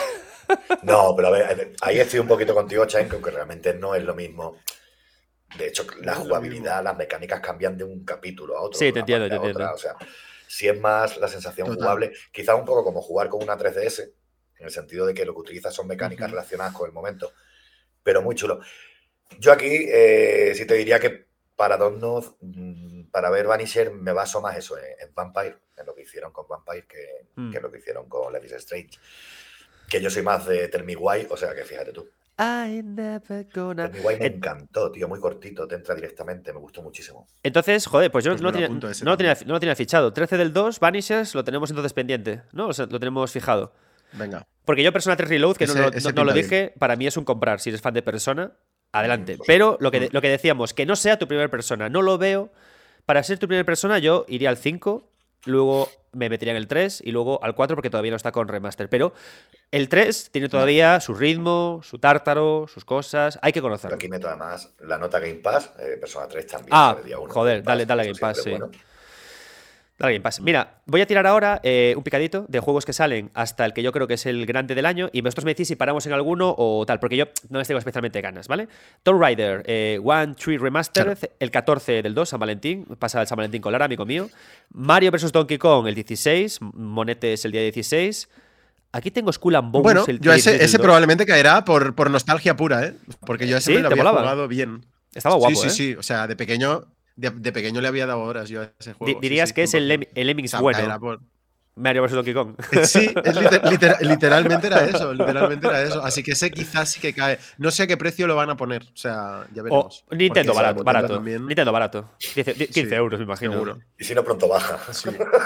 No, pero a ver, ahí estoy un poquito contigo, Chen, que realmente no es lo mismo. De hecho, la jugabilidad, las mecánicas cambian de un capítulo a otro. Sí, te entiendo, te entiendo. Otra. O sea, si es más la sensación Total. jugable, quizás un poco como jugar con una tres D S, en el sentido de que lo que utilizas son mecánicas uh-huh. relacionadas con el momento, pero muy chulo. Yo aquí eh, sí te diría que para Dontnod, para ver Vanisher, me baso más eso, en, en Vampire, en lo que hicieron con Vampire, que, mm. que lo que hicieron con Life is Strange. Que yo soy más de Tell Me Why, o sea que fíjate tú. I never gonna... Tell Me Why me encantó, tío, muy cortito, te entra directamente, me gustó muchísimo. Entonces, joder, pues yo pues no, lo tenía, no, lo tenía, no lo tenía fichado. trece del dos, Vanishers, lo tenemos entonces pendiente, ¿no? O sea, lo tenemos fijado. Venga. Porque yo Persona tres Reload, que ese, no, no, no lo dije, bien. Para mí es un comprar. Si eres fan de Persona, adelante. Pero lo que, lo que decíamos, que no sea tu primera persona, no lo veo. Para ser tu primera persona, yo iría al cinco, luego me metería en el tres y luego al cuatro porque todavía no está con remaster. Pero el tres tiene todavía su ritmo, su tártaro, sus cosas. Hay que conocerlo. Aquí meto además la nota Game Pass, eh, Persona tres también. Ah, uno, joder, dale, dale Game Pass, sí. Bueno. Dale Game Pass. Mira, voy a tirar ahora eh, un picadito de juegos que salen hasta el que yo creo que es el grande del año y vosotros me decís si paramos en alguno o tal, porque yo no les tengo especialmente ganas, ¿vale? Tomb Raider, eh, One Tree Remastered, claro. El catorce del dos, San Valentín, pasa el San Valentín con Lara, amigo mío. Mario versus. Donkey Kong, el dieciséis, Monetes el día dieciséis. Aquí tengo Skull and Bones. Bueno, el yo ese, ese probablemente caerá por, por nostalgia pura, ¿eh? Porque yo ese ¿Sí? me lo ¿Te había molaba? jugado bien. Estaba guapo, sí, ¿eh? sí, sí. O sea, de pequeño... De, de pequeño le había dado horas yo a ese juego. D dirías sí, sí, que es el, Lem el Lemmings bueno. Por... Mario versus. Donkey Kong. Sí, es liter liter literalmente era eso. Literalmente era eso. Así que ese quizás sí que cae. No sé a qué precio lo van a poner. O sea, ya veremos. O Nintendo barato. barato. Nintendo barato. quince sí, euros, me imagino. Seguro. Y si no, pronto baja. Sí,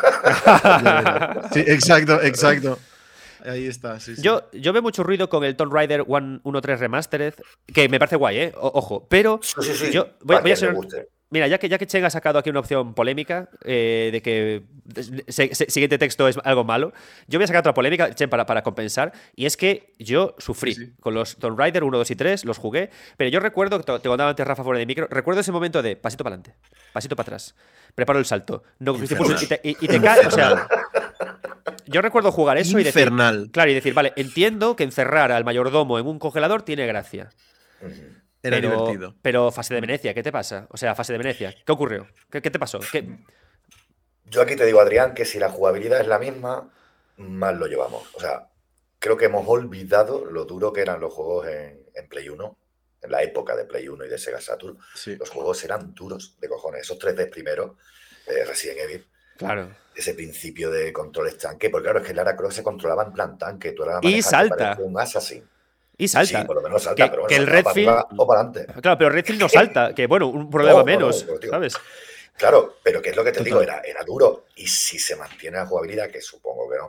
sí exacto, exacto. Ahí está, sí, sí. Yo, yo veo mucho ruido con el Tomb Raider uno tres Remastered, que me parece guay, ¿eh? O, ojo, pero sí, sí, sí. yo voy, voy a ser... Mira, ya que, ya que Chen ha sacado aquí una opción polémica eh, de que se, se, siguiente texto es algo malo, yo voy a sacar otra polémica, Chen, para, para compensar, y es que yo sufrí sí, sí. con los Tomb Raider uno, dos y tres, los jugué, pero yo recuerdo, te, te contaba antes Rafa fuera de micro, recuerdo ese momento de pasito para adelante, pasito para atrás, preparo el salto, no, y te, y, y te cae, o sea... Yo recuerdo jugar eso Infernal. y decir, claro, y decir, vale, entiendo que encerrar al mayordomo en un congelador tiene gracia. Era pero, divertido. Pero fase de Venecia, ¿qué te pasa? O sea, fase de Venecia, ¿qué ocurrió? ¿Qué, qué te pasó? ¿Qué... Yo aquí te digo, Adrián, que si la jugabilidad es la misma, mal lo llevamos. O sea, creo que hemos olvidado lo duro que eran los juegos en, en Play uno, en la época de Play uno y de Sega Saturn. Sí. Los juegos eran duros de cojones. Esos tres D primero, eh, Resident Evil. Claro. Ese principio de controles tanque, porque claro, es que Lara Croft se controlaba en plan tanque, tú eras y salta. Un assassin. Y salta. Sí, por lo menos salta, que, pero bueno, que el Redfield para o para adelante. Claro, pero Redfield no salta, que bueno, un problema oh, menos, no, no, ¿sabes? Claro, pero ¿qué es lo que te Total. digo? Era, era duro. Y si se mantiene la jugabilidad, que supongo que no,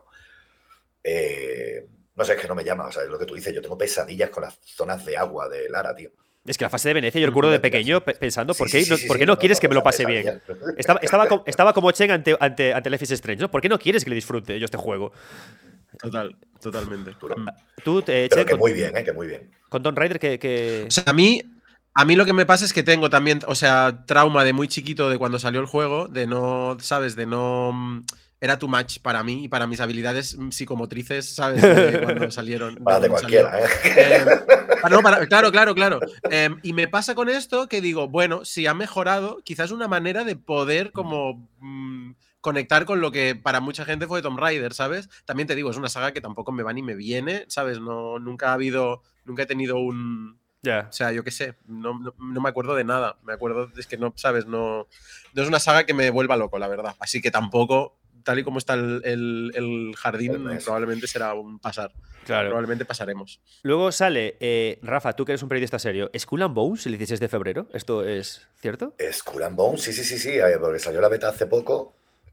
eh, no sé, es que no me llama. O sea, es lo que tú dices. Yo tengo pesadillas con las zonas de agua de Lara, tío. Es que la fase de Venecia yo recuerdo de pequeño pe- pensando, Sí, ¿por qué, sí, no, sí, ¿por sí, qué no, no, quieres no, que me lo o sea, pase bien? pesadillas. Estaba, estaba, co- estaba como Chen ante, ante, ante Life is Strange, ¿no? ¿Por qué no quieres que le disfrute yo este juego? Total, totalmente. Mm. Tú, eh, Pero Chen, que con, muy bien, ¿eh? Que muy bien. con Tomb Raider, que. que... O sea, a mí, a mí lo que me pasa es que tengo también, o sea, trauma de muy chiquito de cuando salió el juego, de no, ¿sabes? De no. mm, Era too much para mí y para mis habilidades mm, psicomotrices, ¿sabes? De cuando salieron. De Para de cuando salió. cualquiera, ¿eh? Eh, ah, no, para- claro, claro, claro. Eh, y me pasa con esto que digo, bueno, si ha mejorado, quizás una manera de poder como mm, conectar con lo que para mucha gente fue Tomb Raider, ¿sabes? También te digo, es una saga que tampoco me va ni me viene, ¿sabes? No, nunca ha habido, nunca he tenido un... Ya. O sea, yo qué sé, no, no, no me acuerdo de nada. Me acuerdo, es que no, ¿sabes? No, no es una saga que me vuelva loco, la verdad. Así que tampoco, tal y como está el, el- el jardín, El mes. probablemente será un pasar. Claro. Probablemente pasaremos. Luego sale, eh, Rafa, tú que eres un periodista serio, Skull and Bones el dieciséis de febrero. ¿Esto es cierto? Skull and Bones, sí, sí, sí, sí, eh, porque salió la beta hace poco,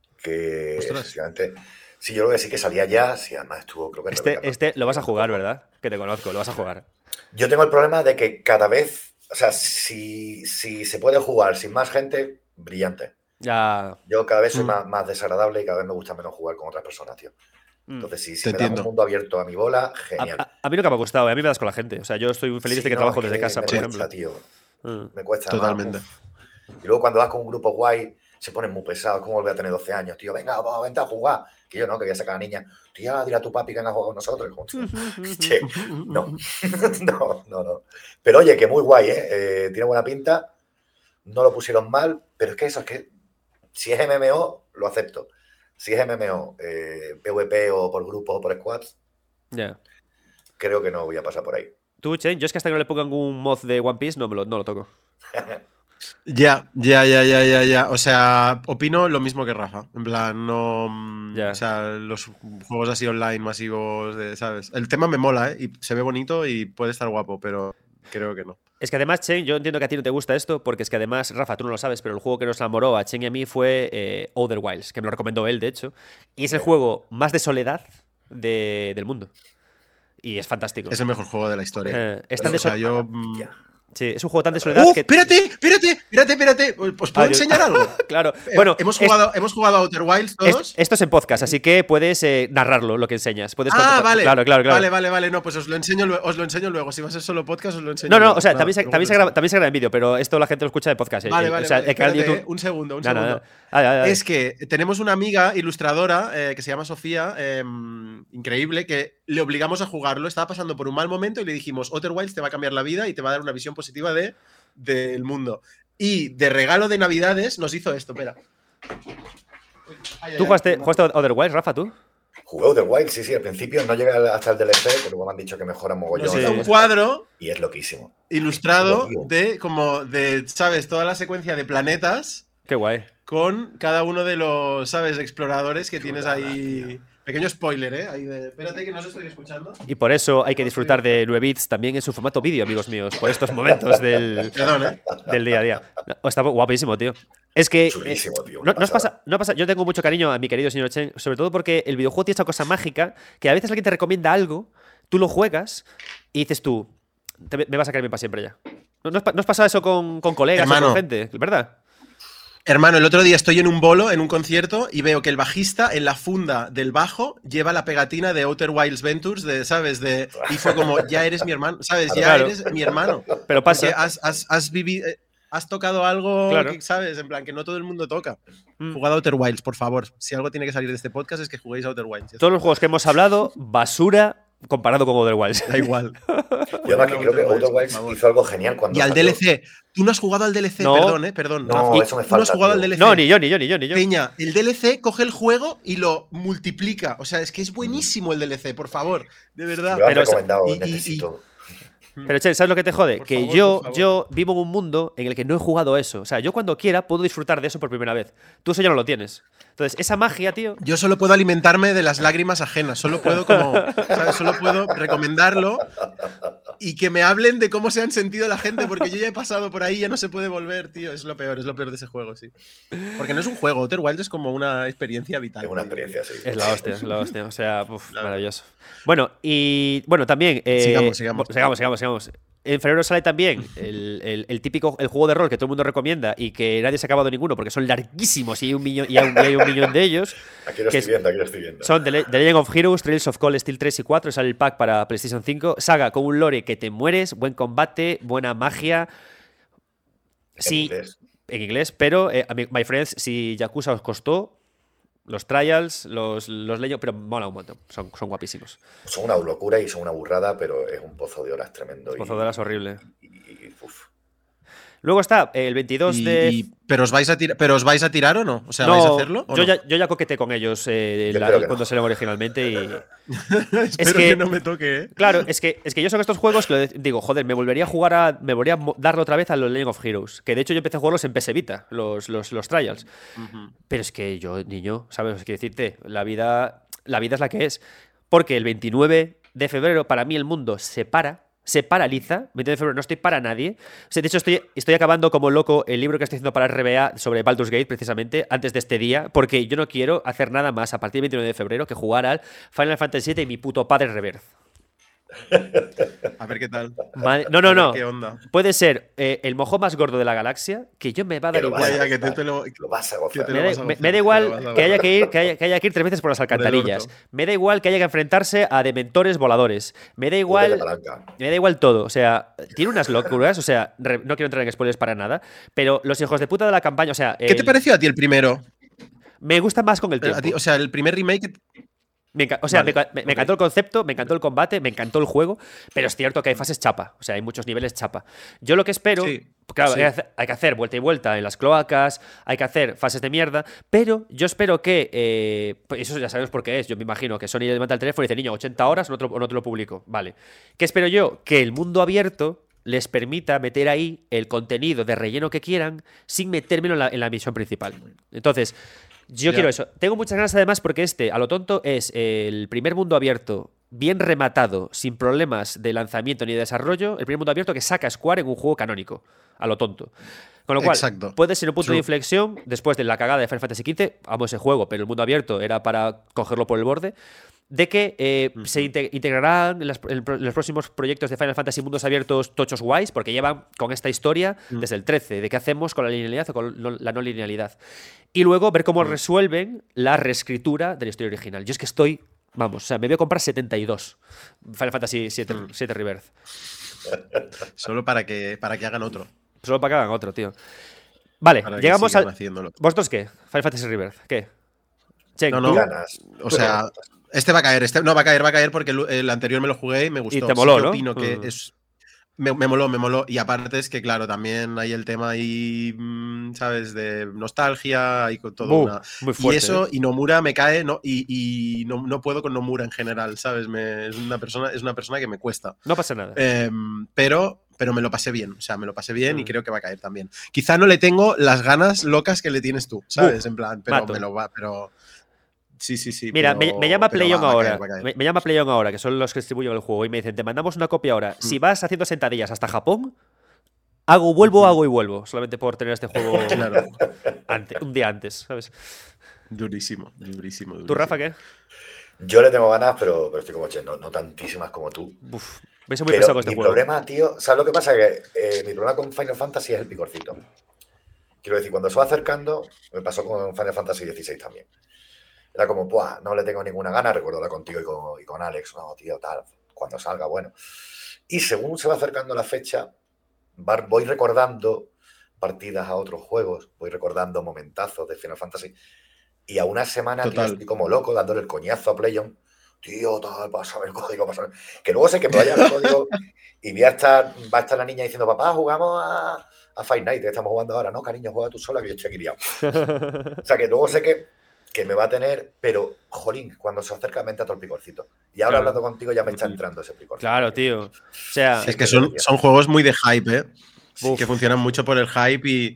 que Ostras. efectivamente, sí, yo creo que sí que salía ya, sí, además estuvo, creo que en la Este, beta, este lo vas a hace jugar, poco. ¿verdad? Que te conozco, lo vas a jugar. Yo tengo el problema de que cada vez, o sea, si, si se puede jugar sin más gente, brillante. Ya. Yo cada vez soy Mm. más, más desagradable y cada vez me gusta menos jugar con otras personas, tío. Mm. Entonces, si, si Te me dan un entiendo. mundo abierto a mi bola, A, genial. a- a mí nunca me ha gustado, a mí me das con la gente. O sea, yo estoy muy feliz Sí, de que no, trabajo es desde que casa, me por cuesta, ejemplo. tío. Mm. Me cuesta. Totalmente. Además, uf. Y luego cuando vas con un grupo guay, se ponen muy pesados. ¿Cómo volver a tener doce años, tío? Venga, vamos, vente a jugar. Que yo no, que voy a sacar a la niña. Tía, dile a tu papi que venga a jugar con nosotros. Como, tío, che, no. no, no, no. Pero oye, que muy guay, ¿eh? Eh, Tiene buena pinta. No lo pusieron mal, pero es que eso, es que si es M M O, lo acepto. Si es M M O, eh, PvP o por grupos o por squads, Ya. creo que no voy a pasar por ahí. Tú, Chen, yo es que hasta que no le pongan un mod de One Piece no, me lo, no lo toco. Ya, ya, ya, ya, ya, ya. O sea, opino lo mismo que Rafa. En plan, no. mm, Ya. O sea, los juegos así online masivos, de, ¿sabes? El tema me mola, ¿eh? Y se ve bonito y puede estar guapo, pero creo que no. Es que además, Chen, yo entiendo que a ti no te gusta esto, porque es que además, Rafa, tú no lo sabes, pero el juego que nos enamoró a Chen y a mí fue eh, Outer Wilds, que me lo recomendó él, de hecho. Y es el juego más de soledad de- del mundo. Y es fantástico. Es el mejor juego de la historia. Eh, es tan de O sea, so- yo. mm, Ya. Sí, es un juego tan de soledad ¡Uh! que. ¡Espérate! ¡Espérate! ¡Espérate! ¡Espérate! ¿Os puedo Ah, yo- enseñar algo? Claro. Eh, Bueno, hemos es- jugado, hemos jugado a Outer Wilds es- todos. esto es en podcast, así que puedes eh, narrarlo, lo que enseñas. Puedes Ah, contar- vale. Claro, claro, claro. Vale, vale, vale. No, pues os lo enseño, lue- os lo enseño luego. Si va a ser solo podcast, os lo enseño No, no, luego. o sea, Nada, también se, luego también, os se lo graba, enseño. también se graba en vídeo, pero esto la gente lo escucha de podcast. eh, Vale, eh, vale, o sea, vale. el canal de Espérate, YouTube. eh, un segundo, un Nada, segundo. nada. Dale, dale, dale. Es que tenemos una amiga ilustradora eh, que se llama Sofía, eh, increíble, que le obligamos a jugarlo. Estaba pasando por un mal momento y le dijimos: Outer Wilds te va a cambiar la vida y te va a dar una visión positiva de, del mundo. Y de regalo de Navidades nos hizo esto. Espera. Ay, ay, ¿Tú ay, jugaste, no. jugaste a Other Wilds, Rafa, tú? Jugué Outer Wilds, sí, sí, al principio no llegué hasta el D L C, pero luego me han dicho que mejora mogollón. Nos Sí. hizo un cuadro Y es loquísimo. ilustrado Tío. de, como, de, ¿sabes? Toda la secuencia de planetas Qué guay. con cada uno de los, ¿sabes? Exploradores que tienes Chulada, ahí. tío. Pequeño spoiler, ¿eh? Ahí de, espérate que no os estoy escuchando. Y por eso hay que disfrutar de nueve bits también en su formato vídeo, amigos míos, por estos momentos del, Perdón, ¿eh? del día a día. No, está guapísimo, tío. Es que. Chulísimo, tío, eh, una no, no os pasada. pasa, no pasa. Yo tengo mucho cariño a mi querido señor Chen, sobre todo porque el videojuego tiene esta cosa mágica que a veces alguien te recomienda algo, tú lo juegas y dices tú, te- me vas a caerme para siempre ya. ¿No, no os, pa- no os pasa eso con, con colegas o Hermano. con gente? ¿Verdad? Hermano, el otro día estoy en un bolo, en un concierto, y veo que el bajista en la funda del bajo lleva la pegatina de Outer Wilds Ventures, de, ¿sabes? De, y fue como, ya eres mi hermano, ¿sabes? Ya Claro. eres mi hermano. Pero pasa. Porque has, has, has vivido. eh, Has tocado algo, Claro. que, ¿sabes? En plan, que no todo el mundo toca. Mm. Jugad a Outer Wilds, por favor. Si algo tiene que salir de este podcast es que juguéis a Outer Wilds. Ya Todos los juegos que hemos hablado, basura comparado con Other Wilds. está. Da igual. Yo además que creo que Outer Wilds, Outer por Wilds favor. hizo algo genial cuando Y al salió. D L C. Tú no has jugado al D L C, No. perdón, ¿eh? Perdón. No, Rafa. eso me Tú no has falta, jugado al tío. D L C. No, ni yo, ni yo, ni yo, ni yo. Peña, el D L C coge el juego y lo multiplica. O sea, es que es buenísimo el D L C, por favor. De verdad. Me lo han Pero eso- recomendado, y- y- necesito. Pero, Che, ¿sabes lo que te jode? Por que favor, yo, por favor. yo vivo en un mundo en el que no he jugado eso. O sea, yo cuando quiera puedo disfrutar de eso por primera vez. Tú eso ya no lo tienes. Entonces, esa magia, tío. Yo solo puedo alimentarme de las lágrimas ajenas. Solo puedo como. ¿sabes? Solo puedo recomendarlo y que me hablen de cómo se han sentido la gente, porque yo ya he pasado por ahí y ya no se puede volver, tío. Es lo peor, es lo peor de ese juego, sí. Porque no es un juego, Outer Wilds es como una experiencia vital. Es una experiencia, sí. Es la hostia, es la hostia. O sea, uf, maravilloso. Bueno, y bueno, también. Eh, sigamos, sigamos. Sigamos, sigamos, sigamos. En febrero sale también el, el, el típico el juego de rol que todo el mundo recomienda y que nadie se ha acabado ninguno porque son larguísimos y hay un millón, y hay un, y hay un millón de ellos. Aquí lo estoy es, viendo, aquí lo estoy viendo. Son The, The Legend of Heroes, Trails of Cold Steel tres y cuatro, sale el pack para PlayStation cinco. Saga con un lore que te mueres, buen combate, buena magia. Sí, en inglés, en inglés pero, eh, my friends, si Yakuza os costó, los Trials, los, los Legend, pero mola un montón, son, son guapísimos. son una locura y son una burrada, pero es un pozo de horas tremendo. Un pozo de horas horrible. Y, y, y, uf. Luego está el veintidós y, de... Y, ¿pero, os vais a tira, ¿Pero os vais a tirar o no? O sea, no, ¿vais a hacerlo? Yo, no? ya, yo ya coqueté con ellos eh, la, cuando no. salieron originalmente y... Espero es que, que no me toque, ¿eh? Claro, es que, es que yo son estos juegos que digo, joder, me volvería a jugar a... Me volvería a darle otra vez a los Legend of Heroes. Que de hecho yo empecé a jugarlos en P S Vita, los, los, los Trials. Uh-huh. Pero es que yo, niño, ¿sabes qué decirte? La vida, la vida es la que es. Porque el veintinueve de febrero, para mí el mundo se para. Se paraliza, veinte de febrero no estoy para nadie. O sea, de hecho, estoy, estoy acabando como loco el libro que estoy haciendo para R B A sobre Baldur's Gate, precisamente, antes de este día, porque yo no quiero hacer nada más a partir del veintinueve de febrero que jugar al Final Fantasy siete y mi puto padre Rebirth. A ver qué tal. Madre, no, no, no. ¿Qué onda? Puede ser eh, el mojón más gordo de la galaxia, que yo me va a dar igual. Ya, ya, que te, te lo, lo vas a gozar. Me da, me, me da igual que haya que, ir, que, haya, que haya que ir tres veces por las alcantarillas. Me da igual que haya que enfrentarse a dementores voladores. Me da igual. Me da igual todo. O sea, tiene unas locuras. O sea, re, no quiero entrar en spoilers para nada. Pero los hijos de puta de la campaña. O sea. ¿Qué el, te pareció a ti el primero? Me gusta más con el tiempo. Ti, o sea, el primer remake. Me o sea, vale, me, me, me encantó okay. el concepto, me encantó el combate, me encantó el juego, pero es cierto que hay fases chapa, o sea, hay muchos niveles chapa. Yo lo que espero, sí, claro, sí. hay, que hacer, hay que hacer vuelta y vuelta en las cloacas, hay que hacer fases de mierda, pero yo espero que, eh, pues eso ya sabemos por qué es, yo me imagino que Sony le levanta el teléfono y dice, niño, ochenta horas, no te, lo, no te lo publico, vale. ¿Qué espero yo? Que el mundo abierto les permita meter ahí el contenido de relleno que quieran sin metérmelo en la, en la misión principal. Entonces, yo yeah. quiero eso. Tengo muchas ganas además porque este, a lo tonto, es el primer mundo abierto bien rematado, sin problemas de lanzamiento ni de desarrollo, el primer mundo abierto que saca Square en un juego canónico, a lo tonto. Con lo cual, Exacto. puede ser un punto True. de inflexión después de la cagada de Final Fantasy quince, amo ese juego, pero el mundo abierto era para cogerlo por el borde, de que eh, uh-huh. se integrarán en, las, en los próximos proyectos de Final Fantasy mundos abiertos tochos guays, porque llevan con esta historia uh-huh. desde el trece, de qué hacemos con la linealidad o con no, la no linealidad. Y luego ver cómo uh-huh. resuelven la reescritura de la historia original. Yo es que estoy, vamos, o sea, me voy a comprar setenta y dos Final Fantasy siete, uh-huh. siete Rebirth. Solo para que, para que hagan otro. Solo para que hagan otro, tío. Vale, para llegamos al... Haciéndolo. ¿Vosotros qué? Final Fantasy Rebirth, ¿qué? Che, no, no, ganas. O sea... Este va a caer, este no va a caer, va a caer porque el, el anterior me lo jugué y me gustó. Y te moló, sí, ¿no? opino que mm. es me, me moló, me moló. Y aparte es que, claro, también hay el tema ahí, ¿sabes? De nostalgia y con todo uh, una. Muy fuerte, y eso, ¿eh? y Nomura me cae, ¿no? Y, y no, no puedo con Nomura en general, ¿sabes? Me, es, una persona, es una persona que me cuesta. No pasa nada. Eh, pero. Pero me lo pasé bien, o sea, me lo pasé bien mm. y creo que va a caer también. Quizá no le tengo las ganas locas que le tienes tú, ¿sabes? Uh, en plan, pero mato. me lo va, pero. Sí, sí, sí. Mira, pero, me, me llama PlayOn ahora. Caer, me, me llama PlayOn ahora, que son los que distribuyen el juego, y me dicen, te mandamos una copia ahora. Mm. Si vas haciendo sentadillas hasta Japón, hago, vuelvo, mm. hago y vuelvo. Solamente por tener este juego claro. antes, un día antes, ¿sabes? Durísimo, durísimo, durísimo. ¿Tú, Rafa, qué? Yo le tengo ganas, pero, pero estoy como che, no, no tantísimas como tú. Uf, vais a muy pesado con este mi juego. Mi problema, tío, ¿sabes lo que pasa? Que eh, mi problema con Final Fantasy es el picorcito. Quiero decir, cuando se va acercando, me pasó con Final Fantasy dieciséis también. Era como, ¡buah! No le tengo ninguna gana. Recuerdo hablar contigo y con, y con Alex. No, tío, tal. Cuando salga, bueno. Y según se va acercando la fecha, voy recordando partidas a otros juegos. Voy recordando momentazos de Final Fantasy. Y a una semana tío, estoy como loco dándole el coñazo a PlayOn. Tío, tal, pásame el código, pásame. Que luego sé que me vaya el código y voy a estar, va a estar la niña diciendo, papá, jugamos a, a Fight Night, que estamos jugando ahora. No, cariño, juega tú sola, que yo estoy aquí liado. O sea, que luego sé que que me va a tener, pero, jolín, cuando se acerca me entra todo el picorcito. Y ahora claro. hablando contigo ya me está entrando ese picorcito. Claro, tío. O sea, es que son, son juegos muy de hype, ¿eh? Uf. Que funcionan mucho por el hype y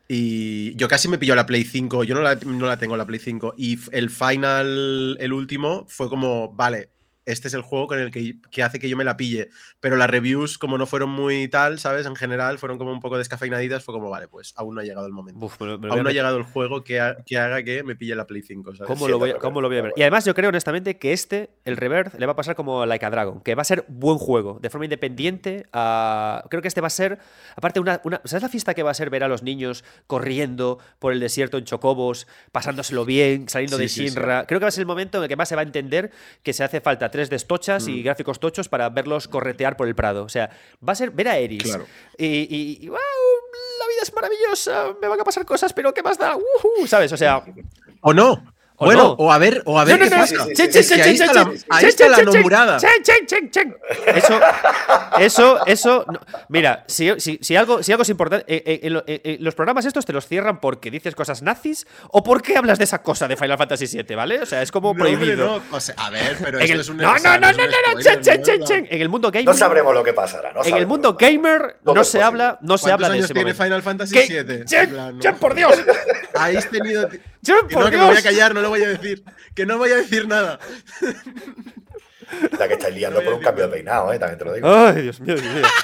Y yo casi me pilló la Play cinco, yo no la, no la tengo la Play cinco. Y el final, el último, fue como, vale, este es el juego con el que, que hace que yo me la pille. Pero las reviews, como no fueron muy tal, ¿sabes? En general, fueron como un poco descafeinaditas. Fue como, vale, pues aún no ha llegado el momento. Uf, me lo, me lo aún no a... ha llegado el juego que, ha, que haga que me pille la Play cinco, ¿sabes? ¿Cómo, lo voy, ¿Cómo lo voy a ver? Y además yo creo honestamente que este, el Rebirth, le va a pasar como Like a Dragon, que va a ser buen juego, de forma independiente. A... Creo que este va a ser, aparte, una, una... ¿sabes la fiesta que va a ser ver a los niños corriendo por el desierto en chocobos, pasándoselo bien, saliendo sí, de sí, Shinra? Sí. Creo que va a ser el momento en el que más se va a entender que se hace falta tres D tochas mm. y gráficos tochos para verlos corretear por el Prado. O sea, va a ser ver a Eris. Claro. Y, y, y wow, la vida es maravillosa, me van a pasar cosas, pero ¿qué más da? Uh-huh, ¿sabes? O sea... ¿O no? ¿O bueno, no? o a ver, o a ver no, qué no, no, pasa. Sí, sí, sí, es que ahí sí, está la, sí, ahí sí, está sí, la sí, nomurada. Sí, sí, sí, sí. Eso, eso, eso. No. Mira, si, si, si, algo, si algo es importante, eh, eh, eh, eh, los programas estos te los cierran porque dices cosas nazis o porque hablas de esa cosa de Final Fantasy siete, ¿vale? O sea, es como no, prohibido. No, o sea, a ver, pero en eso el, es un No, no, no, no, no, no, chen, chen, chen, chen. En el mundo gamer. No sabremos lo que pasará. No en el mundo gamer no, no se habla, no se habla de ese tiene momento. Final Fantasy siete? ¡Chen, chen, por Dios! Habéis tenido. ¡Chen, por no, Dios! Que me voy a callar, no lo voy a decir. Que no voy a decir nada. La que estáis liando no por un cambio nada. de peinado, ¿eh? También te lo digo. Ay, Dios mío, Dios mío.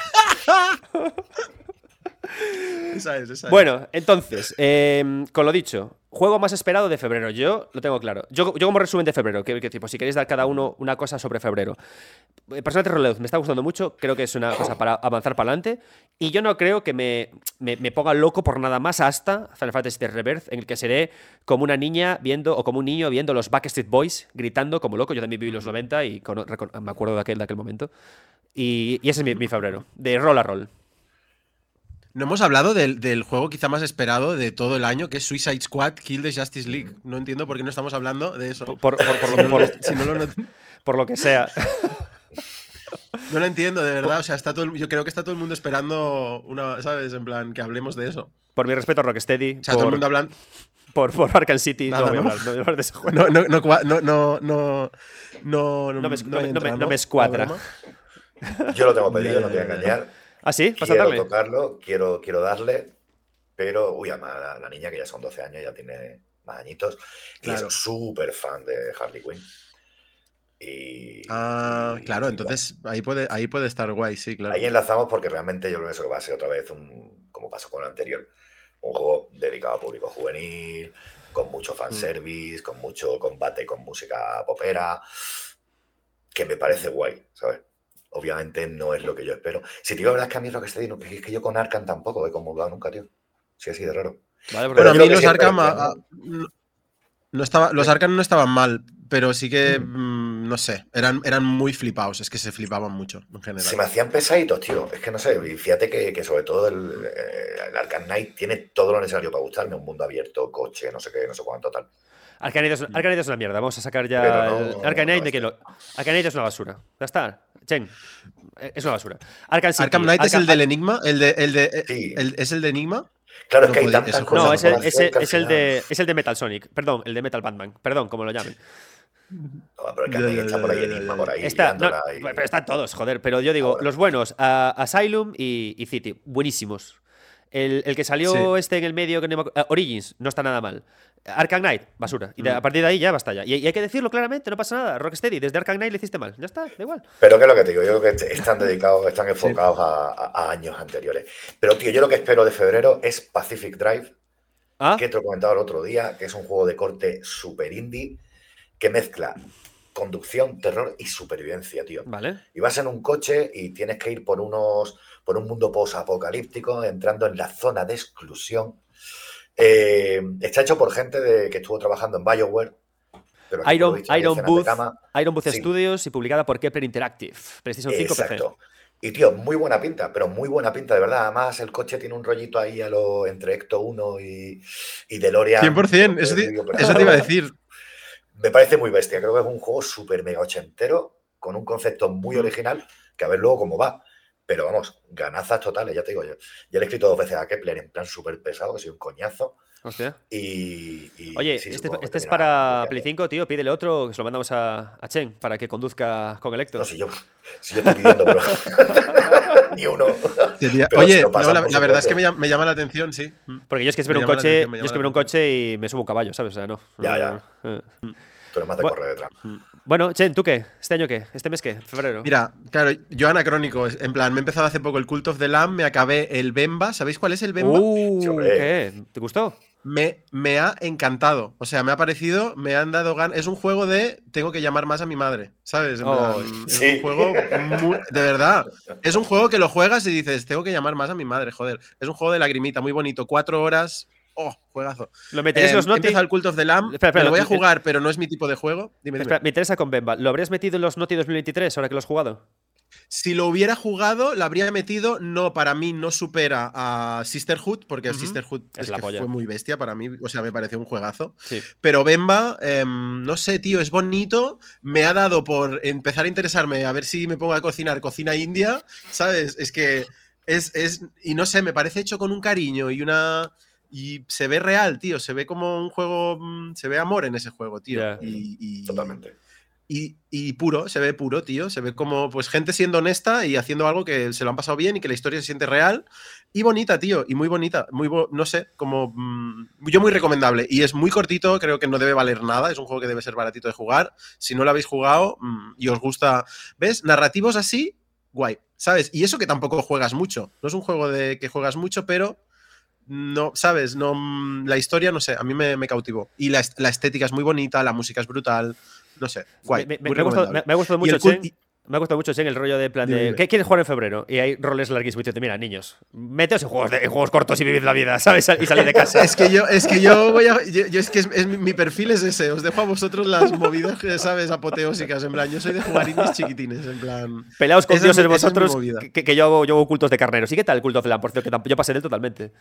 Esa es, esa es. Bueno, entonces, eh, con lo dicho, juego más esperado de febrero. Yo lo tengo claro. Yo, yo como resumen de febrero, que, que tipo, si queréis dar cada uno una cosa sobre febrero. Personalmente, Rolex me está gustando mucho. Creo que es una cosa para avanzar para adelante. Y yo no creo que me, me, me ponga loco por nada más hasta Final Fantasy Rebirth, en el que seré como una niña viendo, o como un niño viendo los Backstreet Boys gritando como loco. Yo también viví los noventa y con, me acuerdo de aquel, de aquel momento. Y, y ese es mi, mi febrero, de roll a roll. No hemos hablado del, del juego quizá más esperado de todo el año, que es Suicide Squad Kill the Justice League. No entiendo por qué no estamos hablando de eso. Por, por, por, por, lo, por, si no lo, por lo que sea. No lo entiendo, de verdad. O sea, está todo, yo creo que está todo el mundo esperando una, ¿sabes? En plan, que hablemos de eso. Por mi respeto a Rocksteady. O sea, por, todo el mundo hablando. Por, por Arkham City. Nada, no voy a ¿no? hablar, no voy a hablar de ese juego. No, no, no, no, no, no, no, no me, no, no, entra, me, ¿no? no me escuadra. Yo lo tengo pedido, no te voy a engañar. ¿Ah, sí? ¿Vas quiero a darle? tocarlo, quiero, quiero darle, pero, uy, además la, la niña que ya son doce años, ya tiene más añitos, y claro. es súper fan de Harley Quinn. Y, ah, y, claro, y, entonces ahí puede, ahí puede estar guay, sí, claro. Ahí enlazamos porque realmente yo creo que eso va a ser otra vez, un, como pasó con el anterior, un juego dedicado a público juvenil, con mucho fanservice, mm. con mucho combate con música popera, que me parece guay, ¿sabes? Obviamente no es lo que yo espero. Si te digo la verdad es que a mí lo que estoy diciendo es que yo con Arkham tampoco he comulgado nunca, tío. Sí, así de raro. Vale, pero a mí los Arkham a, a, no, no estaba, los Arkham no estaban mal, pero sí que mm. mmm, no sé, eran, eran muy flipados, es que se flipaban mucho en general. Se me hacían pesaditos, tío. Es que no sé, y fíjate que, que sobre todo el, el Arkham Knight tiene todo lo necesario para gustarme, un mundo abierto, coche, no sé qué, no sé cuánto tal. Arkham Knight es, es una mierda, vamos a sacar ya no, el Arkham Knight no, de que lo Arkham Knight es una basura. Ya está. Chen, es una basura. Arkham, City, Arkham Knight Arkham, es el del Enigma, el de el de sí. el, es el de Enigma. Claro, no es que hay tantas cosas. No, es el, es, el, es, el de, es el de Metal Sonic, perdón, el de Metal Batman, perdón, como lo llamen. No, pero el que está por ahí, Enigma por ahí. Está, no, y... Pero están todos, joder. Pero yo digo, ahora. Los buenos, uh, Asylum y, y City, buenísimos. El, el que salió sí. este en el medio, que no, uh, Origins, no está nada mal. Arkham Knight, basura. Y de, mm. a partir de ahí ya basta ya. Y, y hay que decirlo claramente, no pasa nada. Rocksteady, desde Arkham Knight le hiciste mal. Ya está, da igual. Pero ¿qué es lo que te digo? Yo creo que están dedicados, están enfocados sí. a, a, a años anteriores. Pero, tío, yo lo que espero de febrero es Pacific Drive, ¿Ah? que te lo comentaba el otro día, que es un juego de corte super indie que mezcla conducción, terror y supervivencia, tío. Vale. Y vas en un coche y tienes que ir por unos por un mundo post-apocalíptico, entrando en la zona de exclusión. Eh, está hecho por gente de, que estuvo trabajando en BioWare. Pero Iron, visto, Iron, Booth, Iron Booth sí. Studios y publicada por Kepler Interactive. PlayStation cinco, exacto. P C. Y, tío, muy buena pinta, pero muy buena pinta, de verdad. Además, el coche tiene un rollito ahí a lo entre Ecto uno y, y DeLorean. cien por ciento, eso, te, eso te iba a decir. Me parece muy bestia. Creo que es un juego súper mega ochentero, con un concepto muy original, que a ver luego cómo va. Pero vamos, ganazas totales, ya te digo yo. Ya le he escrito dos veces a Kepler en plan súper pesado, que soy un coñazo. Hostia. Y, y, Oye, sí, este, este es para Play cinco, tío. Pídele otro, que se lo mandamos a, a Chen para que conduzca con el Héctor. No, si yo, si yo estoy pidiendo, pero. ni uno. Sería, oye, no, la, la verdad es que me llama, me llama la atención, sí. Porque yo es que espero un coche, yo es que un coche y me subo un caballo, ¿sabes? O sea, no. Ya, ya. Tú eres más de bueno, correr detrás. Bueno, Chen, ¿tú qué? ¿Este año qué? ¿Este mes qué? ¿Febrero? Mira, claro, yo anacrónico. En plan, me he empezado hace poco el Cult of the Lamb, me acabé el Bemba. ¿Sabéis cuál es el Bemba? Uh, sí, ¿qué? ¿Te gustó? Me, me ha encantado. O sea, me ha parecido, me han dado ganas. Es un juego de tengo que llamar más a mi madre, ¿sabes? En oh, plan, sí. Es un juego muy, de verdad. Es un juego que lo juegas y dices, tengo que llamar más a mi madre, joder. Es un juego de lagrimita, muy bonito. Cuatro horas. Oh, juegazo. ¿Lo meteréis eh, los Naughty? He empezado el Cult of the Lamb. Espera, espera, me lo voy a lo, jugar, el, pero no es mi tipo de juego. Dime, espera, dime. me interesa con Bemba. ¿Lo habrías metido en los Naughty dos mil veintitrés ahora que lo has jugado? Si lo hubiera jugado, lo habría metido. No, para mí no supera a Sisterhood, porque uh-huh. Sisterhood es, es que fue muy bestia para mí. O sea, me pareció un juegazo. Sí. Pero Bemba, eh, no sé, tío, es bonito. Me ha dado por empezar a interesarme a ver si me pongo a cocinar cocina india, ¿sabes? Es que es, es. Y no sé, me parece hecho con un cariño y una. Y se ve real, tío. Se ve como un juego. Se ve amor en ese juego, tío. Yeah. Y, y, Totalmente. Y, y puro, se ve puro, tío. Se ve como pues gente siendo honesta y haciendo algo que se lo han pasado bien y que la historia se siente real. Y bonita, tío. Y muy bonita. Muy bo no sé, como. Mmm, yo muy recomendable. Y es muy cortito, creo que no debe valer nada. Es un juego que debe ser baratito de jugar. Si no lo habéis jugado mmm, y os gusta. ¿Ves? Narrativos así, guay. ¿Sabes? Y eso que tampoco juegas mucho. No es un juego de que juegas mucho, pero. No, ¿sabes? No, la historia, no sé, a mí me, me cautivó. Y la, la estética es muy bonita, la música es brutal. No sé, guay. Me, me, me, ha, gustado, me, me ha gustado mucho, Chen, y... me ha gustado mucho, Chen, el rollo de plan de ¿qué quieres jugar en febrero? Y hay roles larguísimos. Y mira, niños, meteos en juegos, de, en juegos cortos y vivid la vida, ¿sabes? Y salid de casa. Es que yo, es que yo voy a. Yo, yo es que es, es, mi perfil es ese. Os dejo a vosotros las movidas, ¿sabes? Apoteósicas. En plan, yo soy de jugar indies chiquitines. En plan. Peleaos con dioses vosotros, es que, que yo, hago, yo hago cultos de carneros. ¿Y qué tal el culto of the Lamb? Por cierto, que yo pasé de él totalmente.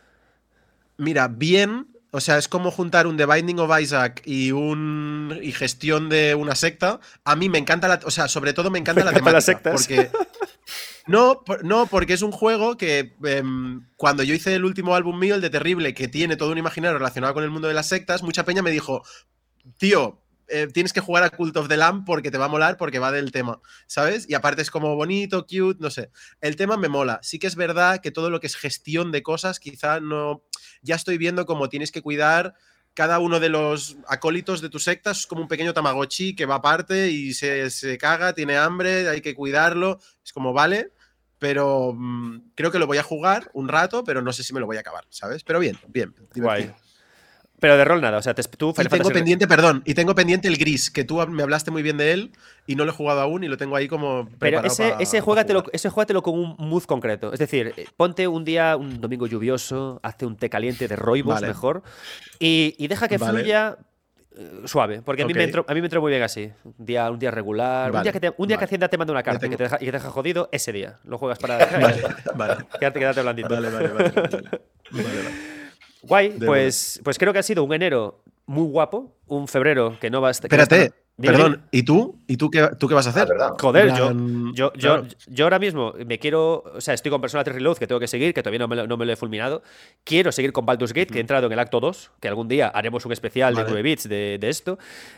Mira, bien. O sea, es como juntar un The Binding of Isaac y un y gestión de una secta. A mí me encanta la, o sea, sobre todo me encanta me la temática, las sectas. Porque no, por, no, porque es un juego que eh, cuando yo hice el último álbum mío, el de Terrible, que tiene todo un imaginario relacionado con el mundo de las sectas, mucha peña me dijo, tío, eh, tienes que jugar a Cult of the Lamb porque te va a molar, porque va del tema, ¿sabes? Y aparte es como bonito, cute, no sé. El tema me mola. Sí que es verdad que todo lo que es gestión de cosas, quizá no. Ya estoy viendo cómo tienes que cuidar cada uno de los acólitos de tu secta. Es como un pequeño Tamagotchi que va aparte y se, se caga, tiene hambre, hay que cuidarlo. Es como, vale, pero mmm, creo que lo voy a jugar un rato, pero no sé si me lo voy a acabar, ¿sabes? Pero bien, bien, divertido. Guay. Pero de rol nada, o sea, te, tú y tengo Fantasy pendiente, perdón, y tengo pendiente el Gris, que tú me hablaste muy bien de él y no lo he jugado aún y lo tengo ahí como pero ese, pa, ese, juégatelo, ese juégatelo con un mood concreto. Es decir, ponte un día, un domingo lluvioso, hazte un té caliente de rooibos vale. mejor y, y deja que vale. fluya uh, suave, porque a, okay. mí me entró, a mí me entró muy bien así. Un día, un día regular, vale. un día que, te, un día vale. que Hacienda te manda una carta tengo... y, que te deja, y que te deja jodido, ese día lo juegas para vale, vale. Quédate, quédate blandito. Vale, vale, vale. vale, vale. vale. Guay, pues, pues creo que ha sido un enero muy guapo, un febrero que no va a estar. Espérate, perdón, ¿y tú? ¿Y tú qué, tú qué vas a hacer? Ah, Joder, yo, yo, claro. yo, yo ahora mismo me quiero. O sea, estoy con Persona tres Reload que tengo que seguir, que todavía no me lo, no me lo he fulminado. Quiero seguir con Baldur's Gate, que he entrado en el acto dos, que algún día haremos un especial vale. de nueve bits de, de esto.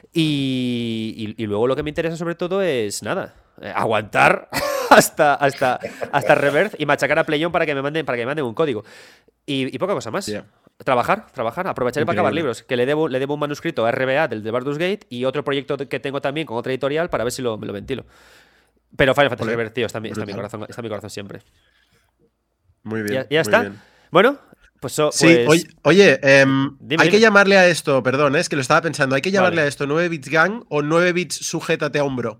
Y, y, y luego lo que me interesa sobre todo es nada. Eh, aguantar hasta, hasta, hasta Rebirth y machacar a PlayOn para que me manden, para que me manden un código. Y, y poca cosa más. Yeah. Trabajar, trabajar, aprovecharé Increíble. para acabar libros. Que le debo, le debo un manuscrito a R B A del de Baldur's Gate y otro proyecto que tengo también con otra editorial para ver si lo, me lo ventilo. Pero Final Fantasy Rebirth, tío, está, está, mi corazón, está mi corazón siempre. Muy bien. ¿Ya, ya muy está? Bien. Bueno, pues. So, sí, pues... oye, oye eh, dime, hay dime. que llamarle a esto, perdón, es que lo estaba pensando. ¿Hay que llamarle vale. a esto nueve bits gang o nueve bits sujétate a hombro?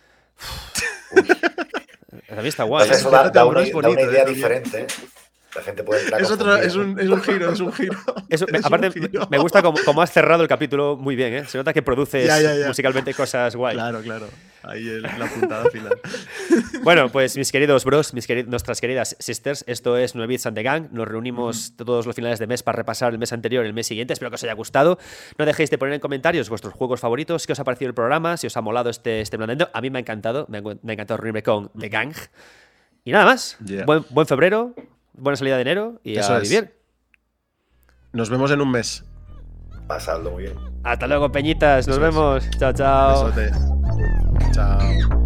A mí está guay. Pues eso da, da, una, bonito, da una idea diferente. La gente puede entrar es, otro, es, un, es un giro, es un giro. Eso, es aparte, un giro. me gusta como, como has cerrado el capítulo muy bien, ¿eh? Se nota que produces ya, ya, ya. musicalmente cosas guay. Claro, claro. Ahí el, la puntada final. Bueno, pues mis queridos bros, mis queridos, nuestras queridas sisters, esto es nueve bits and the Gang. Nos reunimos mm-hmm. todos los finales de mes para repasar el mes anterior y el mes siguiente. Espero que os haya gustado. No dejéis de poner en comentarios vuestros juegos favoritos, qué os ha parecido el programa, si os ha molado este, este planteamiento. A mí me ha encantado, me ha, me ha encantado reunirme con The Gang. Y nada más. Yeah. Buen, buen febrero. Buena salida de enero y Eso a es. vivir. Nos vemos en un mes. Pasadlo muy bien. Hasta luego, peñitas. Nos Eso vemos. Es. Chao, chao. Besote. Chao.